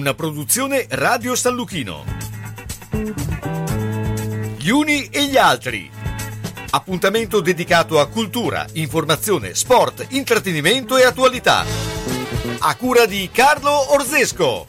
una produzione Radio San Luchino. Gli uni e gli altri. Appuntamento dedicato a cultura, informazione, sport, intrattenimento e attualità. A cura di Carlo Orzesco.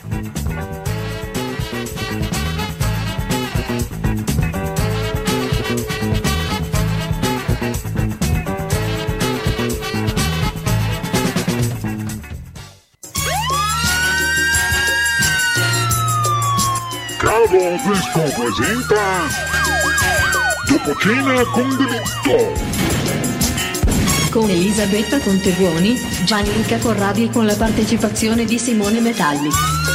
Carlo Orzesco presenta Dopo cena con delitto, con Elisabetta Contebuoni, Gianluca Corradi e con la partecipazione di Simone Metalli.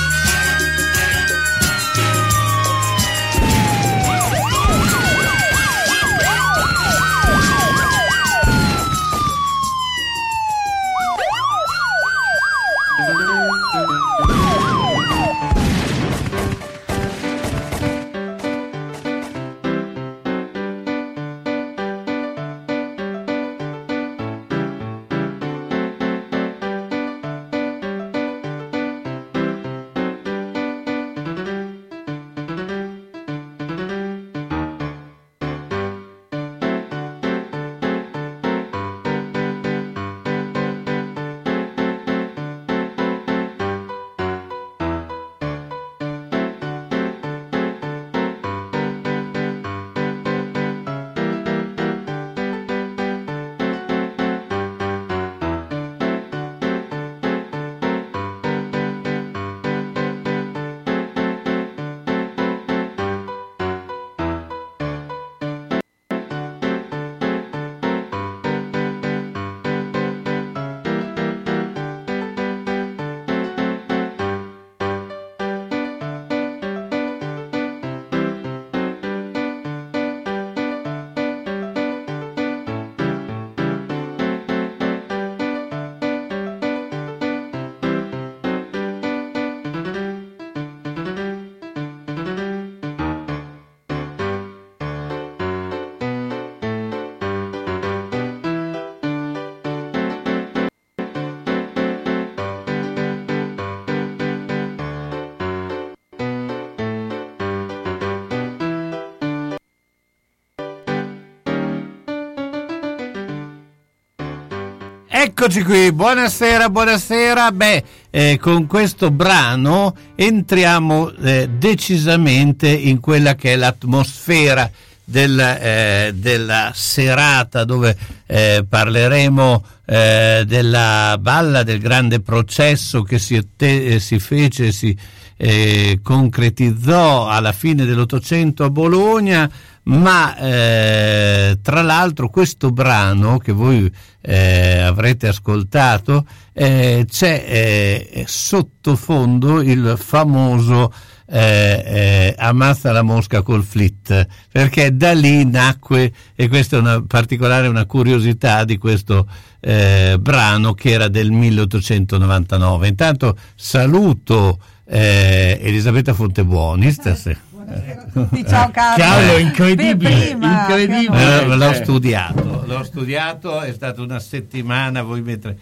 Eccoci qui, buonasera. Con questo brano entriamo decisamente in quella che è l'atmosfera della serata, dove parleremo della balla del grande processo che si fece, si concretizzò alla fine dell'Ottocento a Bologna. Ma tra l'altro questo brano che voi avrete ascoltato c'è sottofondo il famoso ammazza la mosca col flit, perché da lì nacque, e questa è una curiosità di questo brano, che era del 1899. Intanto saluto Elisabetta Contebuoni stasera. Ciao Carlo, incredibile. L'ho studiato, è stata una settimana, voi mentre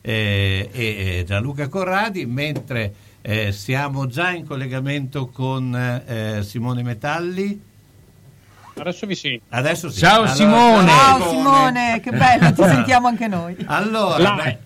e Gianluca Corradi, mentre siamo già in collegamento con Simone Metalli. Adesso sì. Ciao, allora, Simone. Ciao Simone, che bello, ti sentiamo anche noi. Allora,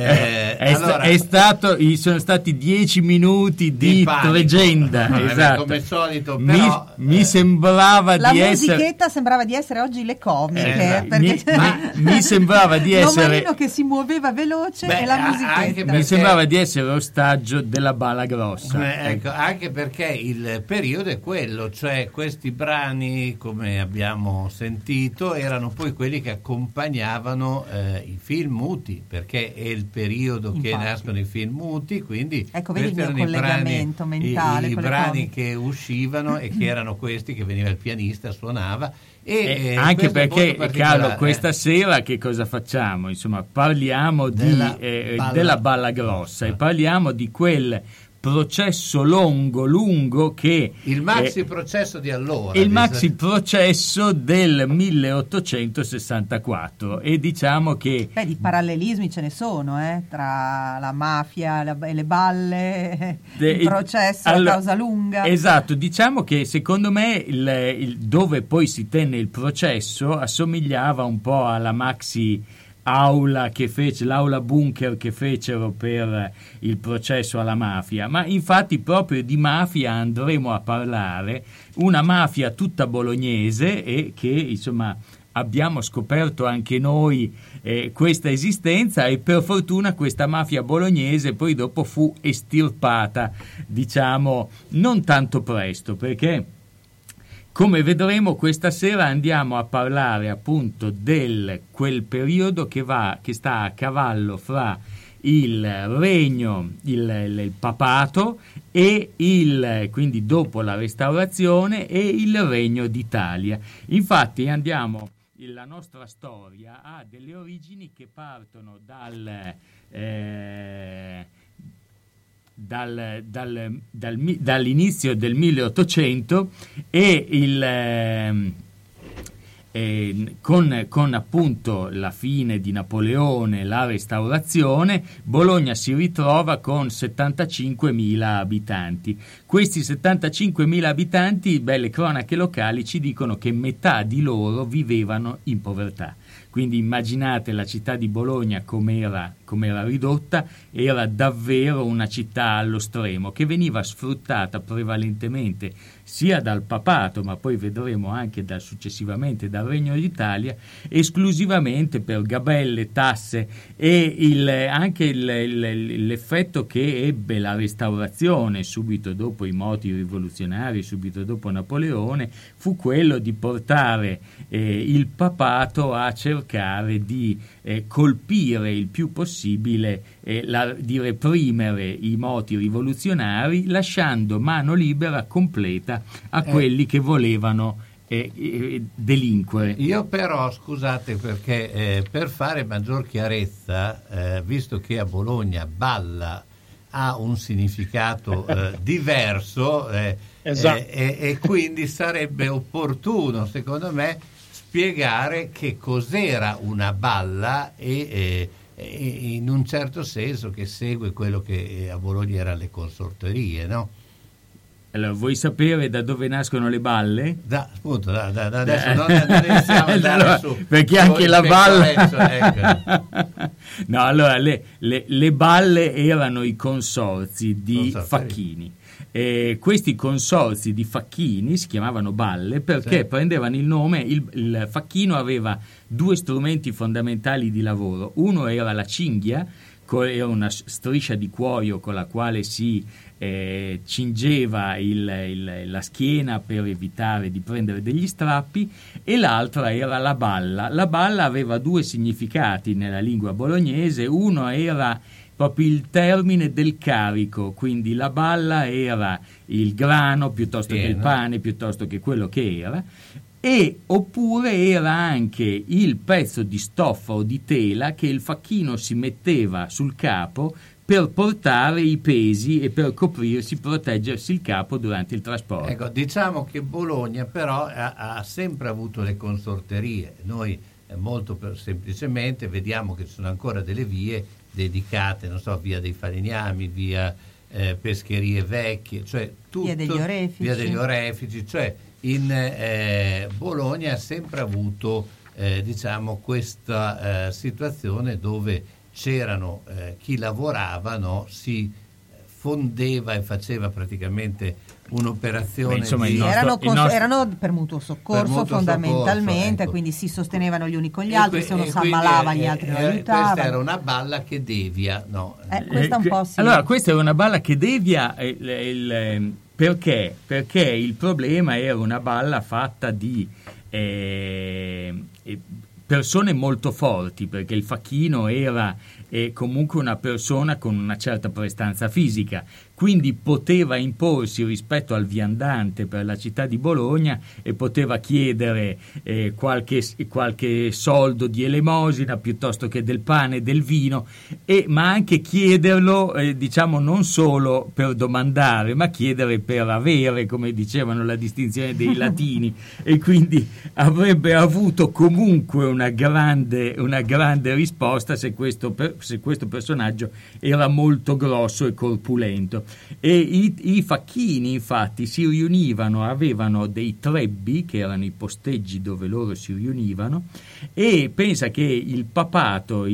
sono stati 10 minuti di leggenda, esatto. Come solito, però, mi sembrava la di musichetta sembrava di essere oggi le comiche, perché mi sembrava di essere Nomarino che si muoveva veloce e la musichetta mi sembrava di essere l'ostaggio della balla grossa. Ecco, anche perché il periodo è quello, cioè questi brani, come abbiamo sentito, erano poi quelli che accompagnavano i film muti, perché è il periodo che nascono i film muti, quindi ecco, vedi il mio collegamento mentale, i brani che uscivano e che erano questi, che veniva il pianista, suonava, e anche perché, Carlo, questa sera che cosa facciamo? Insomma, parliamo della balla grossa, e parliamo di quel processo lungo che il maxi processo di allora, il maxi processo del 1864, e diciamo che di parallelismi ce ne sono tra la mafia e le balle, il processo a causa lunga. Esatto, diciamo che secondo me il dove poi si tenne il processo assomigliava un po' alla maxi aula che fece, l'aula bunker che fecero per il processo alla mafia, ma infatti proprio di mafia andremo a parlare, una mafia tutta bolognese, e che insomma abbiamo scoperto anche noi questa esistenza, e per fortuna questa mafia bolognese poi dopo fu estirpata, diciamo non tanto presto, perché come vedremo questa sera andiamo a parlare appunto del quel periodo che sta a cavallo fra il regno, il papato, e quindi dopo la restaurazione, e il regno d'Italia. Infatti la nostra storia ha delle origini che partono dall'inizio del 1800 e con appunto la fine di Napoleone, la restaurazione, Bologna si ritrova con 75.000 abitanti. Questi 75.000 abitanti, le cronache locali ci dicono che metà di loro vivevano in povertà. Quindi immaginate la città di Bologna com'era ridotta, era davvero una città allo stremo, che veniva sfruttata prevalentemente sia dal papato, ma poi vedremo anche successivamente dal Regno d'Italia, esclusivamente per gabelle, tasse, e anche l'effetto che ebbe la restaurazione subito dopo i moti rivoluzionari, subito dopo Napoleone, fu quello di portare il papato a cercare di colpire il più possibile, di reprimere i moti rivoluzionari, lasciando mano libera completa a quelli che volevano delinquere. Io però, scusate, perché per fare maggior chiarezza, visto che a Bologna balla ha un significato diverso, esatto. E quindi sarebbe opportuno, secondo me, spiegare che cos'era una balla e in un certo senso che segue quello che a Bologna erano le consorterie, no? Allora, vuoi sapere da dove nascono le balle? Appunto, adesso non iniziamo a andare su, perché anche la balla ecco. No, allora le balle erano i consorzi di facchini. Questi consorzi di facchini si chiamavano balle perché prendevano il nome, il facchino aveva due strumenti fondamentali di lavoro. Uno era la cinghia, era una striscia di cuoio con la quale si cingeva la schiena per evitare di prendere degli strappi, e l'altra era la balla. La balla aveva due significati nella lingua bolognese. Uno era proprio il termine del carico, quindi la balla era il grano piuttosto che il pane, piuttosto che quello che era, e oppure era anche il pezzo di stoffa o di tela che il facchino si metteva sul capo per portare i pesi e per coprirsi, proteggersi il capo durante il trasporto. Ecco, diciamo che Bologna però ha sempre avuto le consorterie. Noi molto semplicemente vediamo che ci sono ancora delle vie dedicate, non so, via dei Falegnami, via Pescherie Vecchie, cioè tutto, via degli Orefici, cioè in Bologna ha sempre avuto diciamo questa situazione dove c'erano chi lavorava, no? Si fondeva e faceva praticamente un'operazione. Insomma, erano per mutuo soccorso fondamentalmente, ecco. Quindi si sostenevano gli uni con gli altri, se uno si ammalava gli altri lo aiutavano. Questa era una balla che devia, no? Questa un po' sì. Allora, questa era una balla che devia perché? Perché il problema era una balla fatta di persone molto forti, perché il facchino era comunque una persona con una certa prestanza fisica, quindi poteva imporsi rispetto al viandante per la città di Bologna e poteva chiedere qualche soldo di elemosina piuttosto che del pane e del vino, ma anche chiederlo diciamo non solo per domandare, ma chiedere per avere, come dicevano la distinzione dei latini, e quindi avrebbe avuto comunque una grande risposta se questo personaggio era molto grosso e corpulento. E i facchini infatti si riunivano, avevano dei trebbi che erano i posteggi dove loro si riunivano, e pensa che il papato,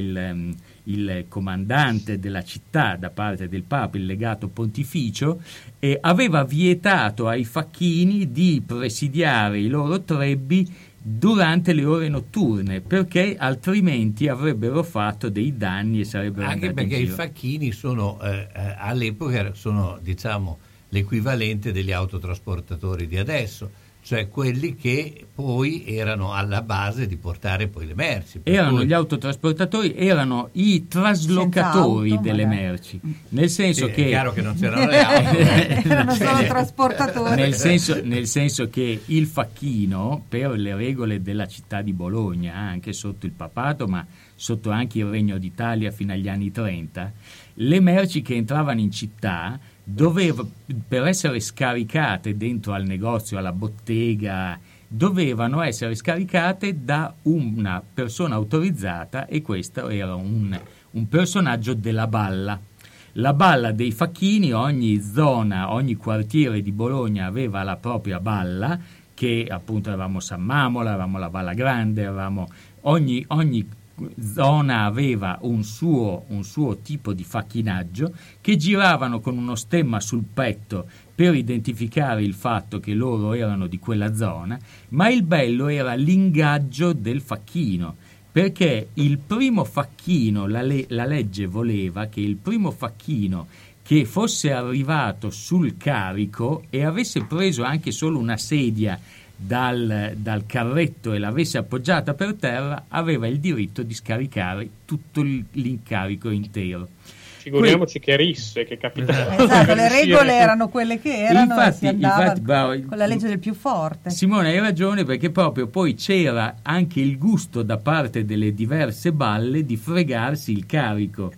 il comandante della città da parte del Papa, il legato pontificio, aveva vietato ai facchini di presidiare i loro trebbi durante le ore notturne, perché altrimenti avrebbero fatto dei danni e sarebbero anche perché i facchini sono all'epoca sono, diciamo, l'equivalente degli autotrasportatori di adesso, cioè quelli che poi erano alla base di portare poi le merci. Gli autotrasportatori, erano i traslocatori delle merci, nel senso che è chiaro che non c'erano le auto, erano solo trasportatori, nel senso che il facchino, per le regole della città di Bologna, anche sotto il papato ma sotto anche il Regno d'Italia fino agli anni 30, le merci che entravano in città per essere scaricate dentro al negozio, alla bottega, dovevano essere scaricate da una persona autorizzata, e questo era un personaggio della balla. La balla dei facchini, ogni zona, ogni quartiere di Bologna aveva la propria balla, che appunto avevamo San Mamola, avevamo la Balla Grande, ogni zona aveva un suo tipo di facchinaggio, che giravano con uno stemma sul petto per identificare il fatto che loro erano di quella zona, ma il bello era l'ingaggio del facchino, perché il primo facchino, la legge voleva che il primo facchino che fosse arrivato sul carico e avesse preso anche solo una sedia dal carretto e l'avesse appoggiata per terra, aveva il diritto di scaricare tutto l'incarico intero. Figuriamoci che risse, che capitava. Esatto, le regole erano quelle che erano, infatti, e si andava con la legge del più forte. Simone, hai ragione, perché proprio poi c'era anche il gusto da parte delle diverse balle di fregarsi il carico.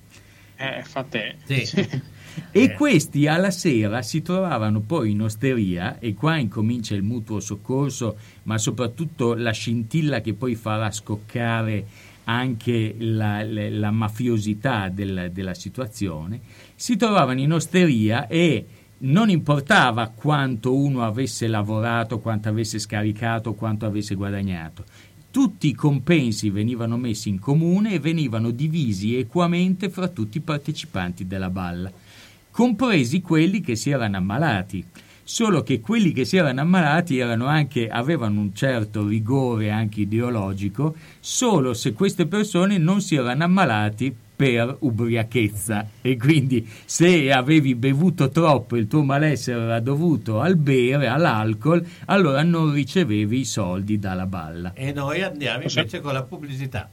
Fate. Sì. E questi alla sera si trovavano poi in osteria, e qua incomincia il mutuo soccorso, ma soprattutto la scintilla che poi farà scoccare anche la mafiosità della situazione. Si trovavano in osteria e non importava quanto uno avesse lavorato, quanto avesse scaricato, quanto avesse guadagnato. Tutti i compensi venivano messi in comune e venivano divisi equamente fra tutti i partecipanti della balla, compresi quelli che si erano ammalati. Solo che quelli che si erano ammalati avevano un certo rigore anche ideologico, solo se queste persone non si erano ammalati per ubriachezza, e quindi se avevi bevuto troppo, il tuo malessere era dovuto al bere, all'alcol, allora non ricevevi i soldi dalla balla. E noi andiamo invece con la pubblicità.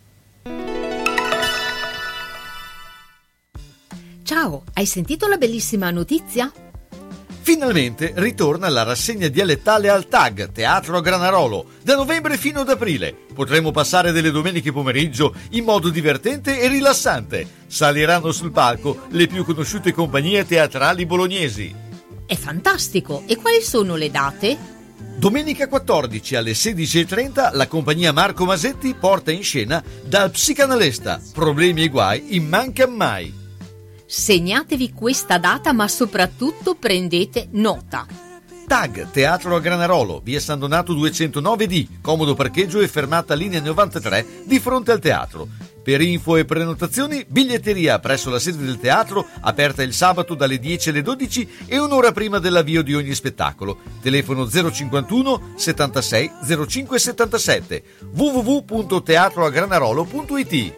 Ciao, hai sentito la bellissima notizia? Finalmente ritorna la rassegna dialettale al TAG, Teatro a Granarolo, da novembre fino ad aprile. Potremo passare delle domeniche pomeriggio in modo divertente e rilassante. Saliranno sul palco le più conosciute compagnie teatrali bolognesi. È fantastico! E quali sono le date? Domenica 14 alle 16:30 la compagnia Marco Masetti porta in scena Dal psicanalista, problemi e guai in manca mai. Segnatevi questa data, ma soprattutto prendete nota. TAG, Teatro a Granarolo, via San Donato 209D, comodo parcheggio e fermata linea 93 di fronte al teatro. Per info e prenotazioni, biglietteria presso la sede del teatro, aperta il sabato dalle 10 alle 12 e un'ora prima dell'avvio di ogni spettacolo. Telefono 051 76 05 77, www.teatroagranarolo.it.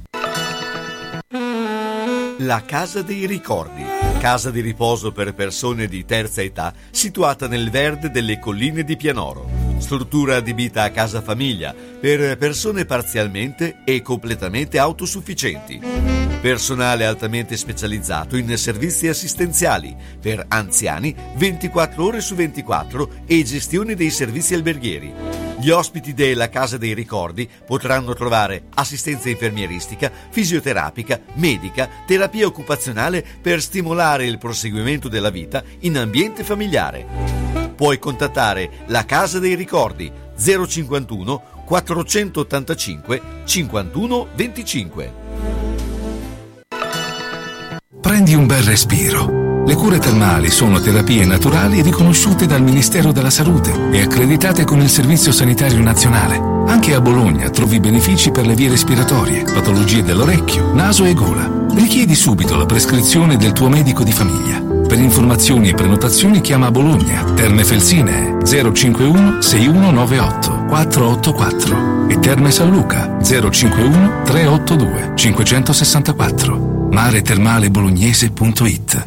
La Casa dei Ricordi, casa di riposo per persone di terza età, situata nel verde delle colline di Pianoro. struttura adibita a casa famiglia per persone parzialmente e completamente autosufficienti, personale altamente specializzato in servizi assistenziali per anziani 24 ore su 24 e gestione dei servizi alberghieri. Gli ospiti della Casa dei Ricordi potranno trovare assistenza infermieristica, fisioterapica, medica, terapia occupazionale per stimolare il proseguimento della vita in ambiente familiare. Puoi contattare la Casa dei Ricordi 051 485 51 25. Prendi un bel respiro. Le cure termali sono terapie naturali riconosciute dal Ministero della Salute e accreditate con il Servizio Sanitario Nazionale. Anche a Bologna trovi benefici per le vie respiratorie, patologie dell'orecchio, naso e gola. Richiedi subito la prescrizione del tuo medico di famiglia. Per informazioni e prenotazioni chiama Bologna, Terme Felsinee 051 6198 484 e Terme San Luca 051 382 564. maretermalebolognese.it.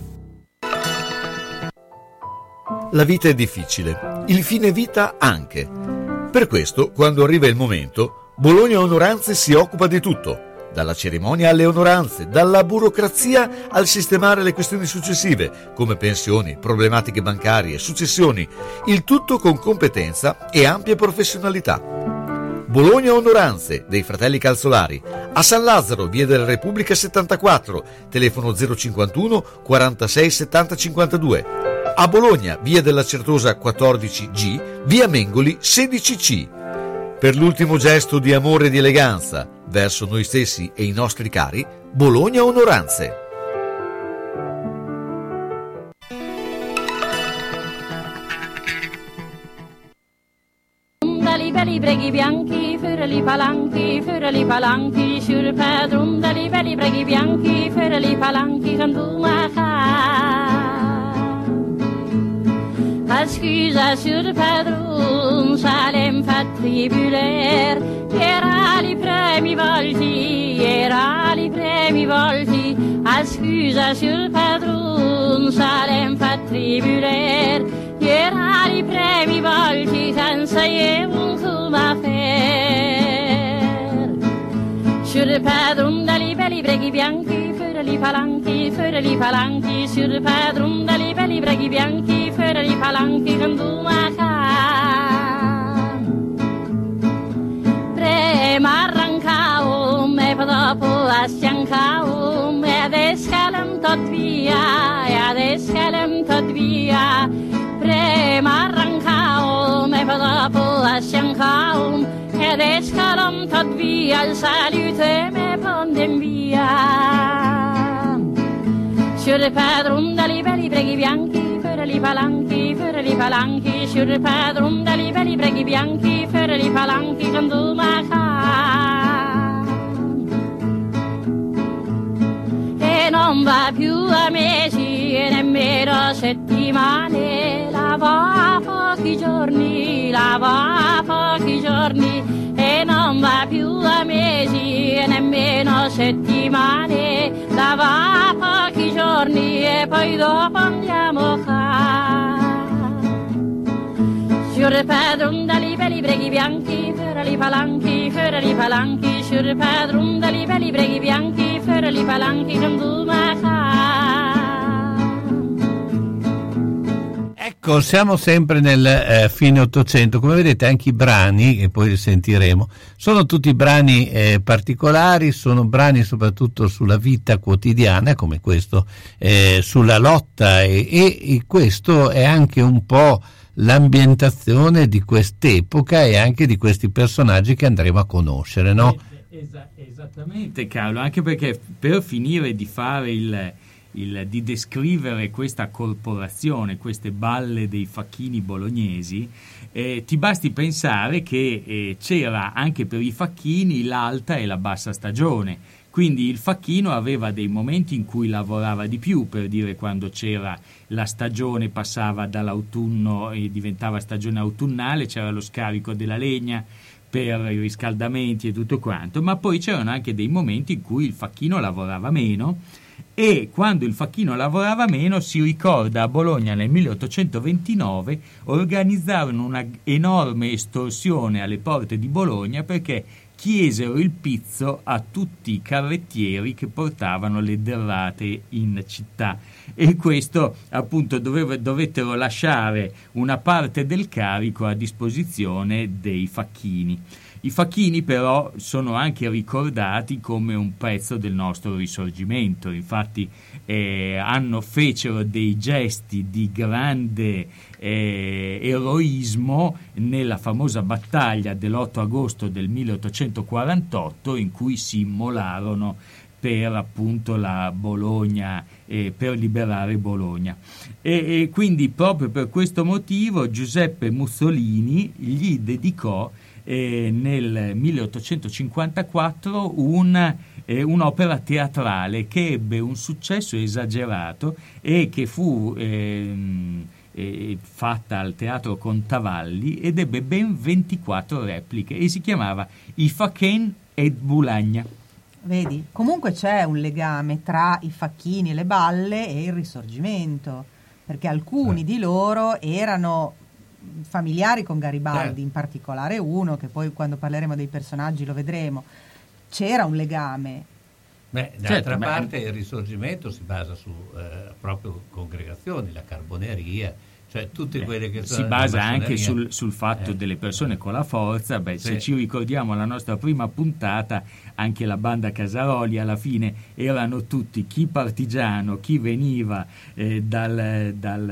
La vita è difficile, il fine vita anche. Per questo, quando arriva il momento, Bologna Onoranze si occupa di tutto, dalla cerimonia alle onoranze, dalla burocrazia al sistemare le questioni successive, come pensioni, problematiche bancarie, successioni, il tutto con competenza e ampia professionalità. Bologna Onoranze dei Fratelli Calzolari, a San Lazzaro, via della Repubblica 74, telefono 051 46 70 52. A Bologna, via della Certosa 14G, via Mengoli 16C. Per l'ultimo gesto di amore e di eleganza verso noi stessi e i nostri cari, Bologna Onoranze. Belli breghi bianchi, ferli palanchi, sul padron dali belli breghi bianchi, ferli palanchi, scusa sul padron, salem fa tribulaire, era li premi volti, scusa sul padron, salem fa tribulaire, era li premi volti, senza un suma fer. Sul padron dali belli breghi bianchi, ferli palanchi, sul padron dali belli breghi bianchi, ferli palanchi, prima arrancao, me dopo asciancao, e adesso calem tot via, prima arrancao, me dopo asciancao, e adesso calem tot via, il salute me pondem via. Sul padron dali belli breghi bianchi, ferli palanchi, sul padron dali belli breghi bianchi, ferli palanchi, e non va più a mesi e nemmeno settimane, lava pochi giorni, e non va più a mesi e nemmeno settimane, lava pochi giorni e poi dopo andiamo qua. Sul padron dali belli breghi bianchi, ferli palanchi, sul padron dali belli breghi bianchi, ferli palanchi, Ecco, siamo sempre nel fine Ottocento. Come vedete anche i brani, e poi li sentiremo, sono tutti brani particolari, sono brani soprattutto sulla vita quotidiana, come questo, sulla lotta, e questo è anche un po' l'ambientazione di quest'epoca e anche di questi personaggi che andremo a conoscere, no? Esattamente, Carlo, anche perché per finire di fare di descrivere questa corporazione, queste balle dei facchini bolognesi, ti basti pensare che c'era anche per i facchini l'alta e la bassa stagione. Quindi il facchino aveva dei momenti in cui lavorava di più, per dire quando c'era la stagione, passava dall'autunno e diventava stagione autunnale, c'era lo scarico della legna per i riscaldamenti e tutto quanto, ma poi c'erano anche dei momenti in cui il facchino lavorava meno e quando il facchino lavorava meno, si ricorda, a Bologna nel 1829 organizzarono una enorme estorsione alle porte di Bologna perché chiesero il pizzo a tutti i carrettieri che portavano le derrate in città, e questo appunto dovettero lasciare una parte del carico a disposizione dei facchini. I facchini però sono anche ricordati come un pezzo del nostro risorgimento, infatti fecero dei gesti di grande eroismo nella famosa battaglia dell'8 agosto del 1848 in cui si immolarono per appunto la Bologna, per liberare Bologna. E quindi proprio per questo motivo Giuseppe Mussolini gli dedicò nel 1854 un'opera teatrale che ebbe un successo esagerato e che fu fatta al Teatro Contavalli ed ebbe ben 24 repliche e si chiamava I Faccheni ed Bulagna. Vedi, comunque c'è un legame tra i facchini e le balle e il Risorgimento, perché alcuni di loro erano familiari con Garibaldi, in particolare uno che poi quando parleremo dei personaggi lo vedremo. C'era un legame. D'altra parte il Risorgimento si basa su proprio congregazioni, la Carboneria, cioè tutte quelle che si basa anche sul fatto delle persone con la forza. Se ci ricordiamo la nostra prima puntata, anche la banda Casaroli alla fine erano tutti chi partigiano, chi veniva dalla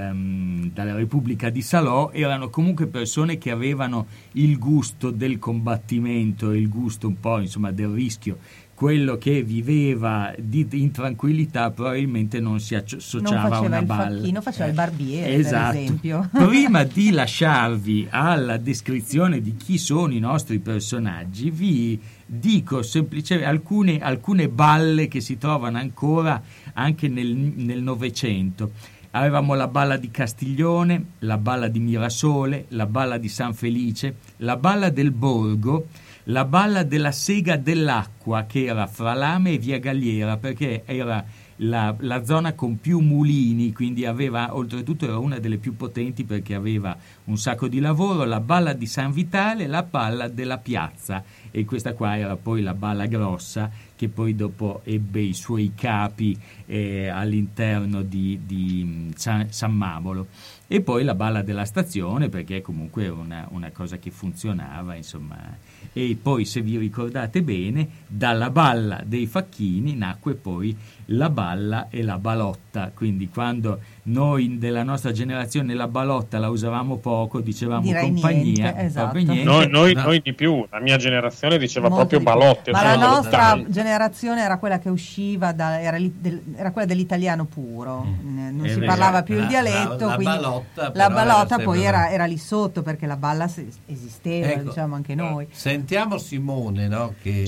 Repubblica di Salò, erano comunque persone che avevano il gusto del combattimento, il gusto un po' insomma del rischio. Quello che viveva in tranquillità probabilmente non si associava a una balla. Il facchino faceva il barbiere, esatto. Per esempio. Prima di lasciarvi alla descrizione di chi sono i nostri personaggi, vi dico semplicemente alcune balle che si trovano ancora anche nel Novecento. Avevamo la balla di Castiglione, la balla di Mirasole, la balla di San Felice, la balla del Borgo, la balla della Sega dell'Acqua, che era fra Lame e Via Galliera, perché era la zona con più mulini, quindi oltretutto era una delle più potenti perché aveva un sacco di lavoro. La balla di San Vitale, la balla della Piazza, e questa qua era poi la balla grossa, che poi dopo ebbe i suoi capi all'interno di San Mamolo. E poi la balla della Stazione, perché comunque è una cosa che funzionava, insomma. E poi, se vi ricordate bene, dalla balla dei facchini nacque poi la balla e la balotta. Quindi quando noi della nostra generazione la balotta la usavamo poco, dicevamo compagnia, niente, esatto. niente. Noi di più, la mia generazione diceva proprio balotte. Ma la nostra generazione era quella che usciva era quella dell'italiano puro, non si parlava più il dialetto, quindi la balotta poi era lì sotto, perché la balla esisteva, diciamo anche noi. Sentiamo Simone, no? Che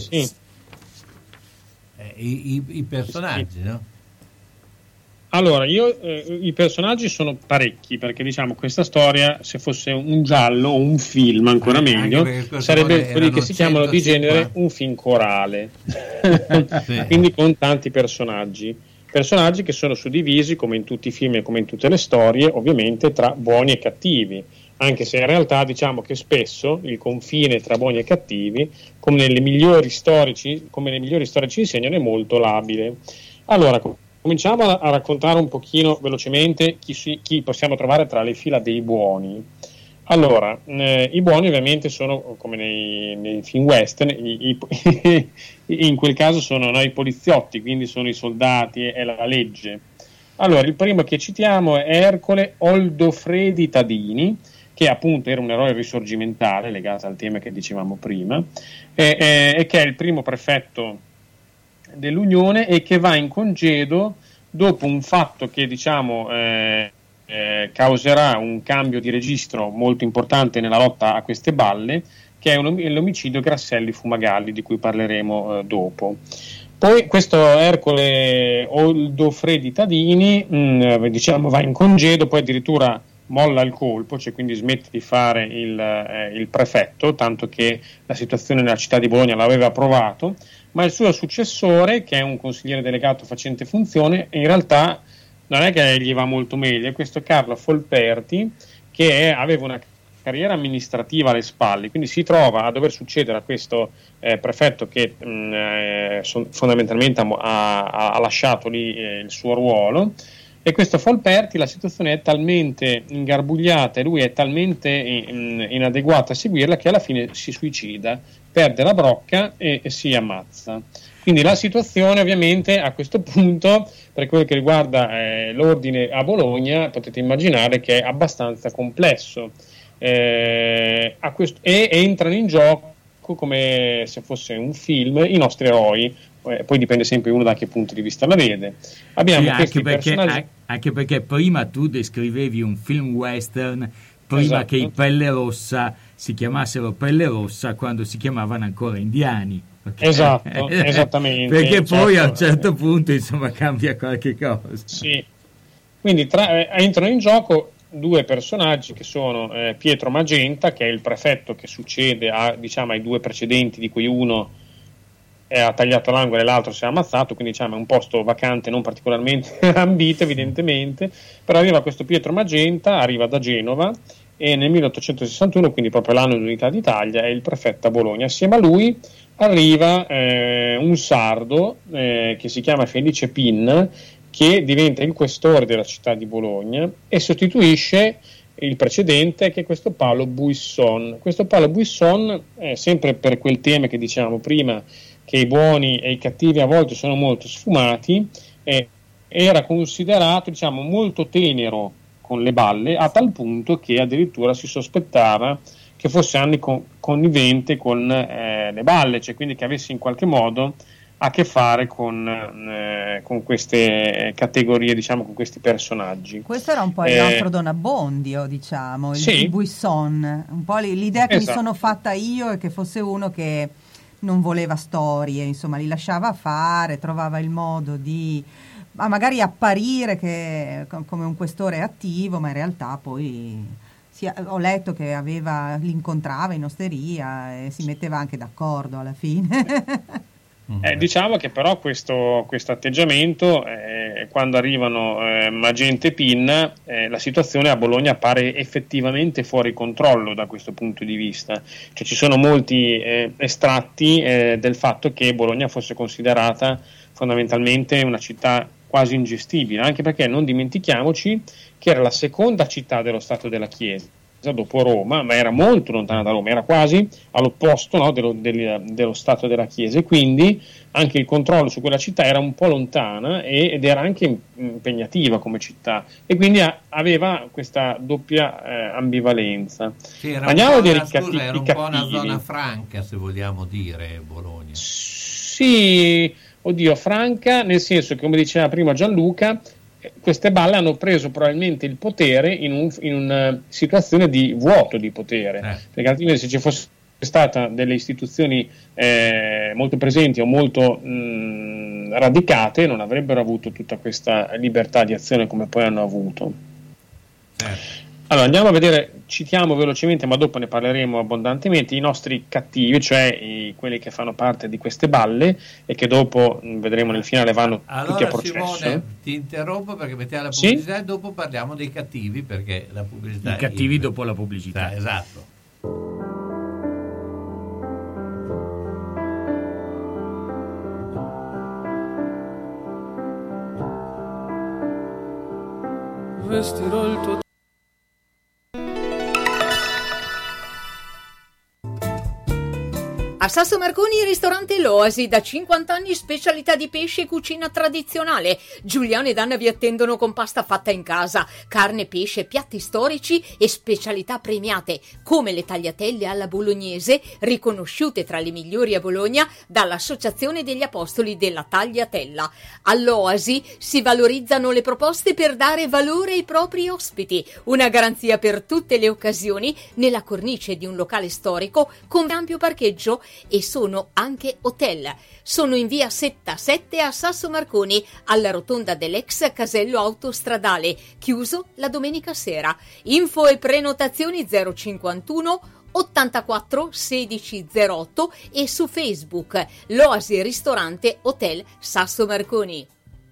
i personaggi, no? Allora, i personaggi sono parecchi, perché diciamo questa storia, se fosse un giallo o un film ancora meglio, sarebbe quelli che si chiamano di genere un film corale. Quindi con tanti personaggi che sono suddivisi, come in tutti i film e come in tutte le storie, ovviamente tra buoni e cattivi, anche se in realtà diciamo che spesso il confine tra buoni e cattivi, come le migliori storie ci insegnano, è molto labile. Allora, cominciamo a raccontare un pochino velocemente chi possiamo trovare tra le fila dei buoni. Allora, i buoni ovviamente sono, come nei film western, in quel caso sono i poliziotti, quindi sono i soldati e la legge. Allora, il primo che citiamo è Ercole Oldofredi Tadini, che appunto era un eroe risorgimentale legato al tema che dicevamo prima, e che è il primo prefetto dell'Unione e che va in congedo dopo un fatto che diciamo causerà un cambio di registro molto importante nella lotta a queste balle, che è l'omicidio Grasselli Fumagalli, di cui parleremo dopo. Poi questo Ercole Oldofredi Tadini va in congedo, poi addirittura molla il colpo, cioè quindi smette di fare il prefetto, tanto che la situazione nella città di Bologna l'aveva approvato, ma il suo successore, che è un consigliere delegato facente funzione, in realtà non è che gli va molto meglio, è questo Carlo Folperti, che aveva una carriera amministrativa alle spalle, quindi si trova a dover succedere a questo prefetto che fondamentalmente ha lasciato lì il suo ruolo. E questo Folperti, la situazione è talmente ingarbugliata e lui è talmente inadeguato a seguirla che alla fine si suicida, perde la brocca e si ammazza. Quindi la situazione ovviamente a questo punto, per quello che riguarda l'ordine a Bologna, potete immaginare che è abbastanza complesso. E entrano in gioco, come se fosse un film, i nostri eroi. Poi dipende sempre uno da che punto di vista la vede. Abbiamo questi personaggi. Anche perché prima tu descrivevi un film western, prima esatto, che i Pelle Rossa si chiamassero Pelle Rossa, quando si chiamavano ancora indiani. Okay? Esatto, esattamente. Perché poi a un certo punto insomma cambia qualche cosa. Sì. Quindi entrano in gioco due personaggi che sono Pietro Magenta, che è il prefetto che succede ai due precedenti, di cui uno ha tagliato l'angolo e l'altro si è ammazzato, quindi è un posto vacante non particolarmente ambito evidentemente, però arriva questo Pietro Magenta, arriva da Genova e nel 1861, quindi proprio l'anno dell'unità d'Italia, è il prefetto a Bologna. Assieme a lui arriva un sardo che si chiama Felice Pin, che diventa il questore della città di Bologna e sostituisce il precedente, che è questo Paolo Buisson. Questo Paolo Buisson, sempre per quel tema che dicevamo prima, che i buoni e i cattivi a volte sono molto sfumati, era considerato molto tenero con le balle, a tal punto che addirittura si sospettava che fosse connivente con le balle, cioè quindi che avesse in qualche modo a che fare con queste categorie, con questi personaggi. Questo era un po' il nostro Don Abbondio, il Buisson, un po' l'idea che mi sono fatta io è che fosse uno che non voleva storie, insomma li lasciava fare, trovava il modo di magari apparire come un questore attivo, ma in realtà poi ho letto che li incontrava in osteria e si metteva anche d'accordo alla fine. Diciamo che però questo atteggiamento, quando arrivano Magenta e Pinna, la situazione a Bologna appare effettivamente fuori controllo da questo punto di vista. Cioè, ci sono molti estratti del fatto che Bologna fosse considerata fondamentalmente una città quasi ingestibile, anche perché non dimentichiamoci che era la seconda città dello Stato della Chiesa dopo Roma, ma era molto lontana da Roma, era quasi all'opposto, no, dello Stato della Chiesa, e quindi anche il controllo su quella città era un po' lontana ed era anche impegnativa come città, e quindi aveva questa doppia ambivalenza. Sì, era un po' una zona franca, se vogliamo dire, Bologna. Sì, franca, nel senso che, come diceva prima Gianluca, queste balle hanno preso probabilmente il potere in una situazione di vuoto di potere, perché altrimenti, se ci fosse stata delle istituzioni molto presenti o molto radicate, non avrebbero avuto tutta questa libertà di azione come poi hanno avuto. Allora andiamo a vedere, citiamo velocemente, ma dopo ne parleremo abbondantemente, i nostri cattivi, cioè quelli che fanno parte di queste balle e che dopo vedremo nel finale vanno tutti a processo. Simone, ti interrompo perché mettiamo la pubblicità e dopo parliamo dei cattivi, perché la pubblicità i cattivi dopo la pubblicità. Esatto. Vestirò il tuo A Sasso Marconi, ristorante L'Oasi, da 50 anni specialità di pesce e cucina tradizionale. Giuliano ed Anna vi attendono con pasta fatta in casa, carne, pesce, piatti storici e specialità premiate, come le tagliatelle alla bolognese, riconosciute tra le migliori a Bologna dall'Associazione degli Apostoli della Tagliatella. All'Oasi si valorizzano le proposte per dare valore ai propri ospiti, una garanzia per tutte le occasioni nella cornice di un locale storico con ampio parcheggio e sono anche hotel. Sono in via Setta 7 a Sasso Marconi, alla rotonda dell'ex casello autostradale, chiuso la domenica sera. Info e prenotazioni 051 84 16 08 e su Facebook l'Oasi Ristorante Hotel Sasso Marconi.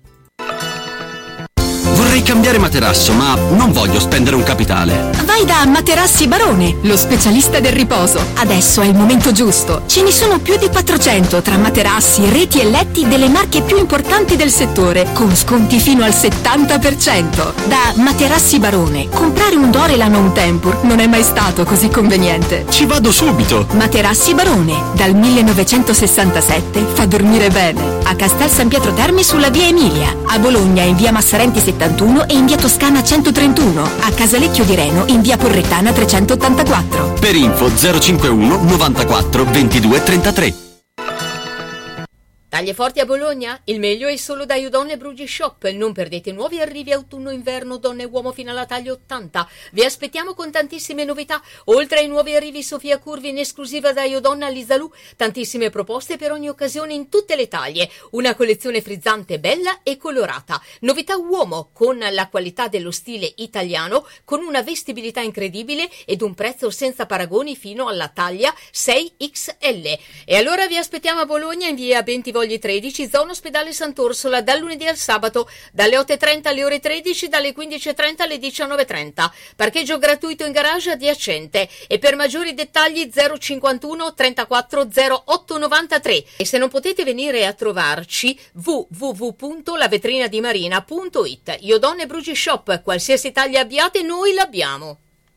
Vorrei cambiare materasso, ma non voglio spendere un capitale. Vai da Materassi Barone, lo specialista del riposo. Adesso è il momento giusto. Ce ne sono più di 400 tra materassi, reti e letti delle marche più importanti del settore, con sconti fino al 70%. Da Materassi Barone, comprare un Dorelan o un Tempur non è mai stato così conveniente. Ci vado subito! Materassi Barone, dal 1967 fa dormire bene. A Castel San Pietro Terme sulla via Emilia, a Bologna in via Massarenti 71 e in via Toscana 131, a Casalecchio di Reno in via Porrettana 384. Per info 051 94 22 33. Taglie forti a Bologna? Il meglio è solo da Iudonne Brugi Shop. Non perdete nuovi arrivi autunno-inverno donne e uomo fino alla taglia 80. Vi aspettiamo con tantissime novità. Oltre ai nuovi arrivi Sofia Curvi in esclusiva da Iudonna Lisalù, tantissime proposte per ogni occasione in tutte le taglie. Una collezione frizzante, bella e colorata. Novità uomo con la qualità dello stile italiano, con una vestibilità incredibile ed un prezzo senza paragoni fino alla taglia 6XL. E allora vi aspettiamo a Bologna in via Bentivogli 13, zona ospedale Sant'Orsola, dal lunedì al sabato, dalle 8.30 alle ore 13, dalle 15.30 alle 19.30. Parcheggio gratuito in garage adiacente. E per maggiori dettagli 051 34 08 93. E se non potete venire a trovarci, www.lavetrinadimarina.it. Iudonne Brugi Shop, qualsiasi taglia abbiate noi l'abbiamo.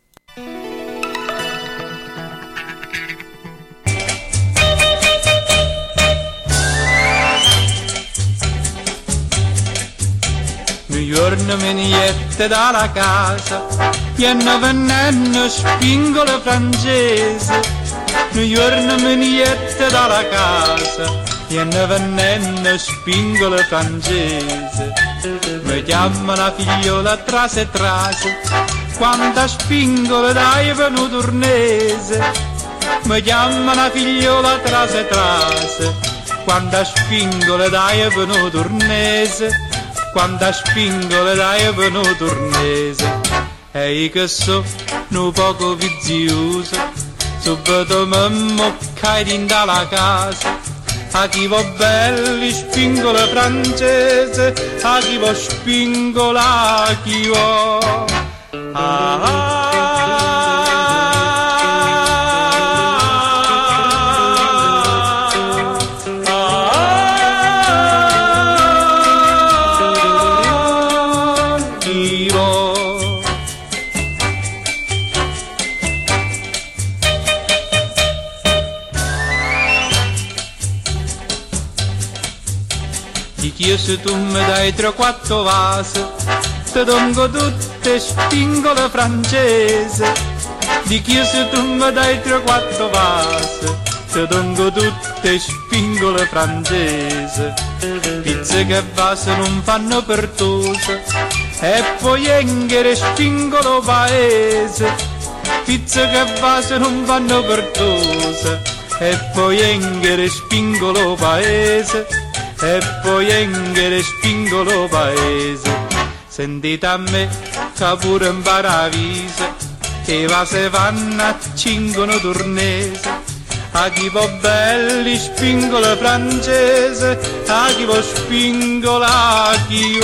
Un giorno me ne jette dalla casa, piano venendo spingola francese. Un giorno me ne jette dalla casa, piano venendo spingola francese. Mi chiama la figliola trase trase, quanta spingola dai venuto urnese. Mi chiama la figliola trase trase, quanta spingola dai venuto urnese. Quanta spingola dai venuto urnese. E io che so un poco vizioso, subito mi moccai dalla casa. A chi va belli spingola francese, a chi va spingola, a chi va. Io se tu mi dai 3-4 vasi, ti dongo tutte spingole francese. Di chi se tu mi dai 3-4 vasi, ti dongo tutte spingole francese. Pizze che vasi non fanno pertose, e poi enghere spingolo paese. Pizze che vasi non fanno pertose, e poi enghere spingolo paese. E poi enghere spingolo paese. Sentite a me che pure in paravise, che va se vanno a cingono turnese. A chi va belli spingola francese, a chi va spingola, a chi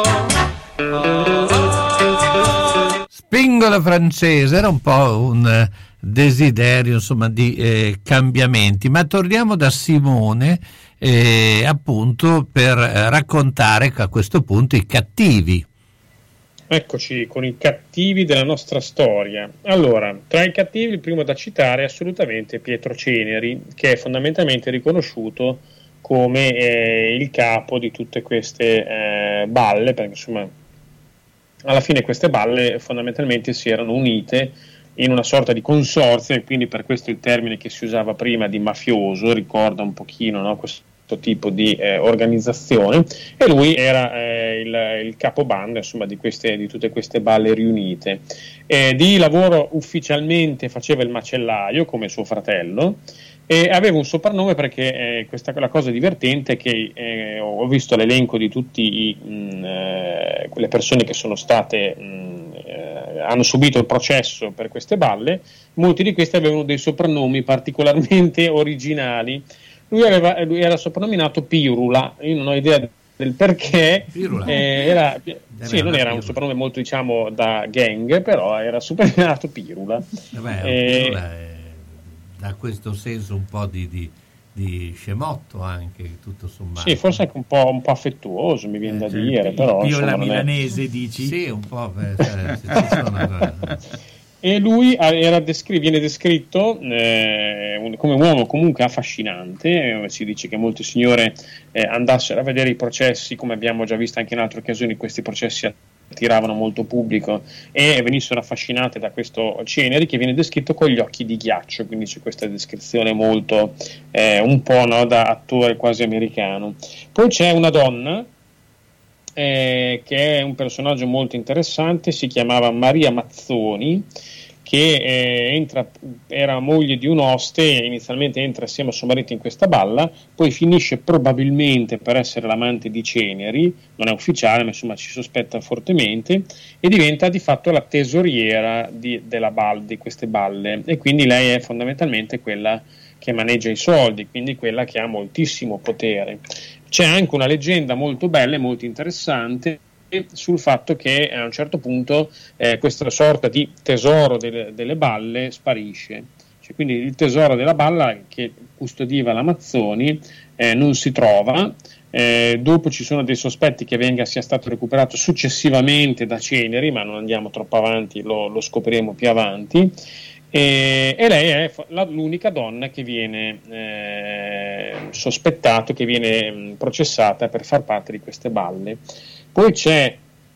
va. Spingola francese era un po' un desiderio, insomma, di cambiamenti. Ma torniamo da Simone, appunto, per raccontare a questo punto i cattivi. Eccoci con i cattivi della nostra storia. Allora, tra i cattivi il primo da citare è assolutamente Pietro Ceneri, che è fondamentalmente riconosciuto come il capo di tutte queste balle, perché insomma alla fine queste balle fondamentalmente si erano unite in una sorta di consorzio, e quindi per questo il termine che si usava prima di mafioso ricorda un pochino, no, questo tipo di organizzazione, e lui era il capobanda, insomma, di tutte queste balle riunite. Di lavoro ufficialmente faceva il macellaio come suo fratello, E aveva un soprannome perché la cosa divertente è che ho visto l'elenco di tutti quelle persone che sono state hanno subito il processo per queste balle. Molti di questi avevano dei soprannomi particolarmente originali. Lui era soprannominato Pirula, io non ho idea del perché. Pirula. Non era un soprannome molto, diciamo, da gang, però era soprannominato Pirula. Pirula ha questo senso un po' di scemotto anche, tutto sommato. Sì, forse anche un po' affettuoso, mi viene da dire, però Pirula milanese, dici? Sì, un po'. E lui viene descritto come un uomo comunque affascinante. Si dice che molte signore andassero a vedere i processi, come abbiamo già visto anche in altre occasioni. Questi processi attiravano molto pubblico e venissero affascinate da questo Ceneri, che viene descritto con gli occhi di ghiaccio, quindi c'è questa descrizione molto un po', no, da attore quasi americano. Poi c'è una donna che è un personaggio molto interessante, si chiamava Maria Mazzoni, che era moglie di un oste, inizialmente entra assieme a suo marito in questa balla, poi finisce probabilmente per essere l'amante di Ceneri, non è ufficiale ma insomma ci sospetta fortemente, e diventa di fatto la tesoriera di queste balle, e quindi lei è fondamentalmente quella che maneggia i soldi, quindi quella che ha moltissimo potere. C'è anche una leggenda molto bella e molto interessante sul fatto che a un certo punto questa sorta di tesoro delle balle sparisce, cioè, quindi il tesoro della balla che custodiva la Mazzoni non si trova. Dopo ci sono dei sospetti che sia stato recuperato successivamente da Ceneri, ma non andiamo troppo avanti, lo scopriremo più avanti. E lei è l'unica donna che viene sospettato, che viene processata per far parte di queste balle. Poi c'è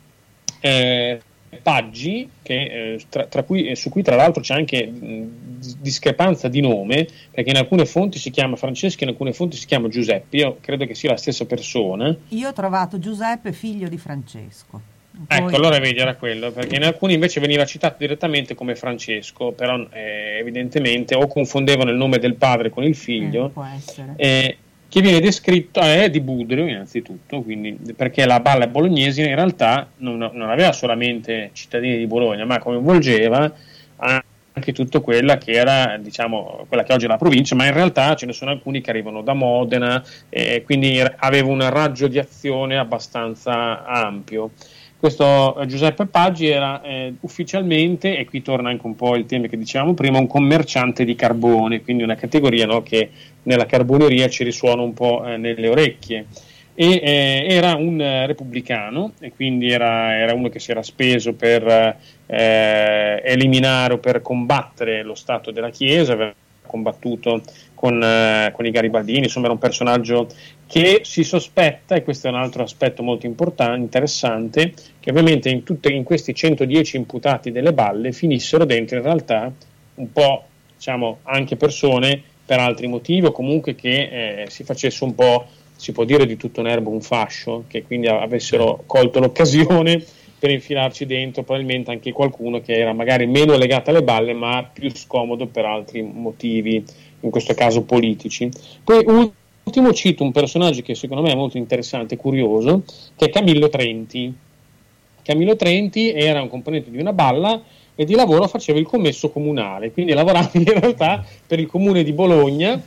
Paggi, che, su cui tra l'altro c'è anche discrepanza di nome, perché in alcune fonti si chiama Francesco, in alcune fonti si chiama Giuseppe. Io credo che sia la stessa persona. Io ho trovato Giuseppe, figlio di Francesco. Ecco, allora vedi, era quello, perché in alcuni invece veniva citato direttamente come Francesco, però evidentemente o confondevano il nome del padre con il figlio, può essere. Che viene descritto di Budrio innanzitutto, quindi, perché la balla bolognese in realtà non aveva solamente cittadini di Bologna, ma coinvolgeva anche tutto quella che era, diciamo, quella che oggi è la provincia, ma in realtà ce ne sono alcuni che arrivano da Modena, quindi aveva un raggio di azione abbastanza ampio. Questo Giuseppe Paggi era ufficialmente, e qui torna anche un po' il tema che dicevamo prima, un commerciante di carbone, quindi una categoria, no, che nella carboneria ci risuona un po' nelle orecchie. Era un repubblicano, e quindi era uno che si era speso per eliminare o per combattere lo Stato della Chiesa, aveva combattuto con i garibaldini, insomma era un personaggio che si sospetta, e questo è un altro aspetto molto interessante, che ovviamente in questi 110 imputati delle balle finissero dentro in realtà un po', diciamo, anche persone per altri motivi, o comunque che si facesse un po', si può dire, di tutto un erbo un fascio, che quindi avessero colto l'occasione per infilarci dentro probabilmente anche qualcuno che era magari meno legato alle balle ma più scomodo per altri motivi, in questo caso politici. Poi ultimo cito un personaggio che secondo me è molto interessante e curioso, che è Camillo Trenti. Camillo Trenti era un componente di una balla e di lavoro faceva il commesso comunale, quindi lavorava in realtà per il comune di Bologna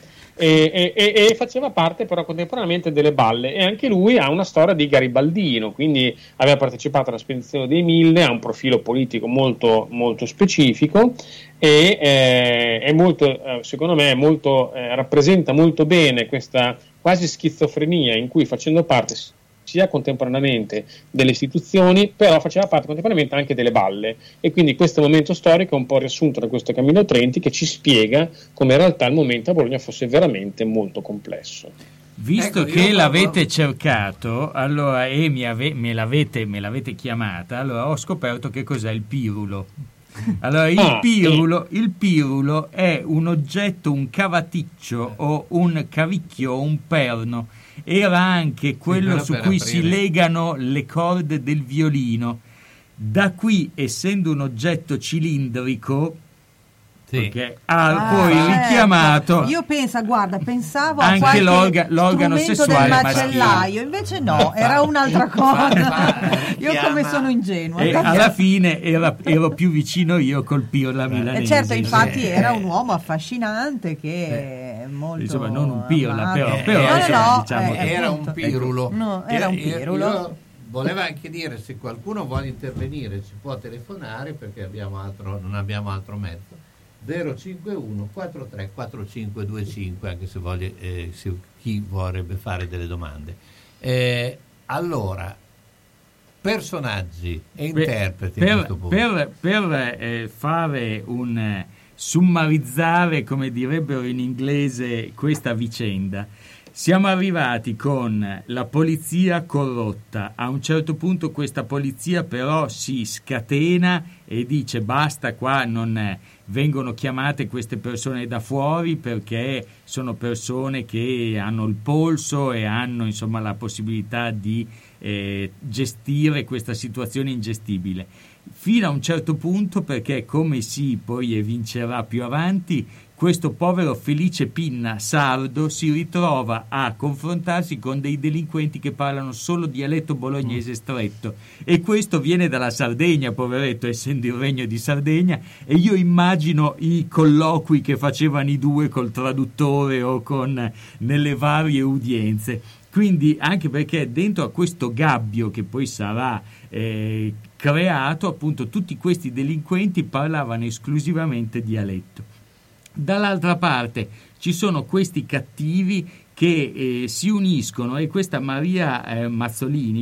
e faceva parte però contemporaneamente delle balle, e anche lui ha una storia di garibaldino, quindi aveva partecipato alla spedizione dei 1000, ha un profilo politico molto, molto specifico e è molto, secondo me rappresenta molto bene questa quasi schizofrenia in cui, facendo parte sia contemporaneamente delle istituzioni, però faceva parte contemporaneamente anche delle balle, e quindi questo momento storico è un po' riassunto da questo Camillo Trenti, che ci spiega come in realtà il momento a Bologna fosse veramente molto complesso. Visto che l'avete cercato, allora, e me l'avete chiamata, allora ho scoperto che cos'è il pirulo. Allora, il pirulo è un oggetto, un cavaticcio o un cavicchio o un perno. Era anche quello su cui si legano le corde del violino. Da qui, essendo un oggetto cilindrico, perché ha poi richiamato. Io pensavo anche a qualche l'organo sessuale del macellaio, invece no, era un'altra cosa. Io come sono ingenua. E alla fine ero più vicino io col pirla milanese. Certo, infatti era un uomo affascinante che molto, insomma, non un pirla, però diciamo che era un pirulo. No, era un pirulo. Io volevo anche dire, se qualcuno vuole intervenire ci può telefonare, perché non abbiamo altro mezzo. 051 43 45 25, anche se chi vorrebbe fare delle domande. Allora, personaggi e interpreti a questo punto. Per fare un summarizzare, come direbbero in inglese, questa vicenda, siamo arrivati con la polizia corrotta. A un certo punto questa polizia però si scatena e dice basta, qua non vengono chiamate queste persone da fuori, perché sono persone che hanno il polso e hanno insomma la possibilità di gestire questa situazione ingestibile. Fino a un certo punto, perché come si poi evincerà più avanti, questo povero Felice Pinna sardo si ritrova a confrontarsi con dei delinquenti che parlano solo dialetto bolognese stretto, e questo viene dalla Sardegna, poveretto, essendo il Regno di Sardegna, e io immagino i colloqui che facevano i due col traduttore o nelle varie udienze. Quindi, anche perché dentro a questo gabbio che poi sarà creato, appunto, tutti questi delinquenti parlavano esclusivamente dialetto. Dall'altra parte ci sono questi cattivi che si uniscono, e questa Maria Mazzoni,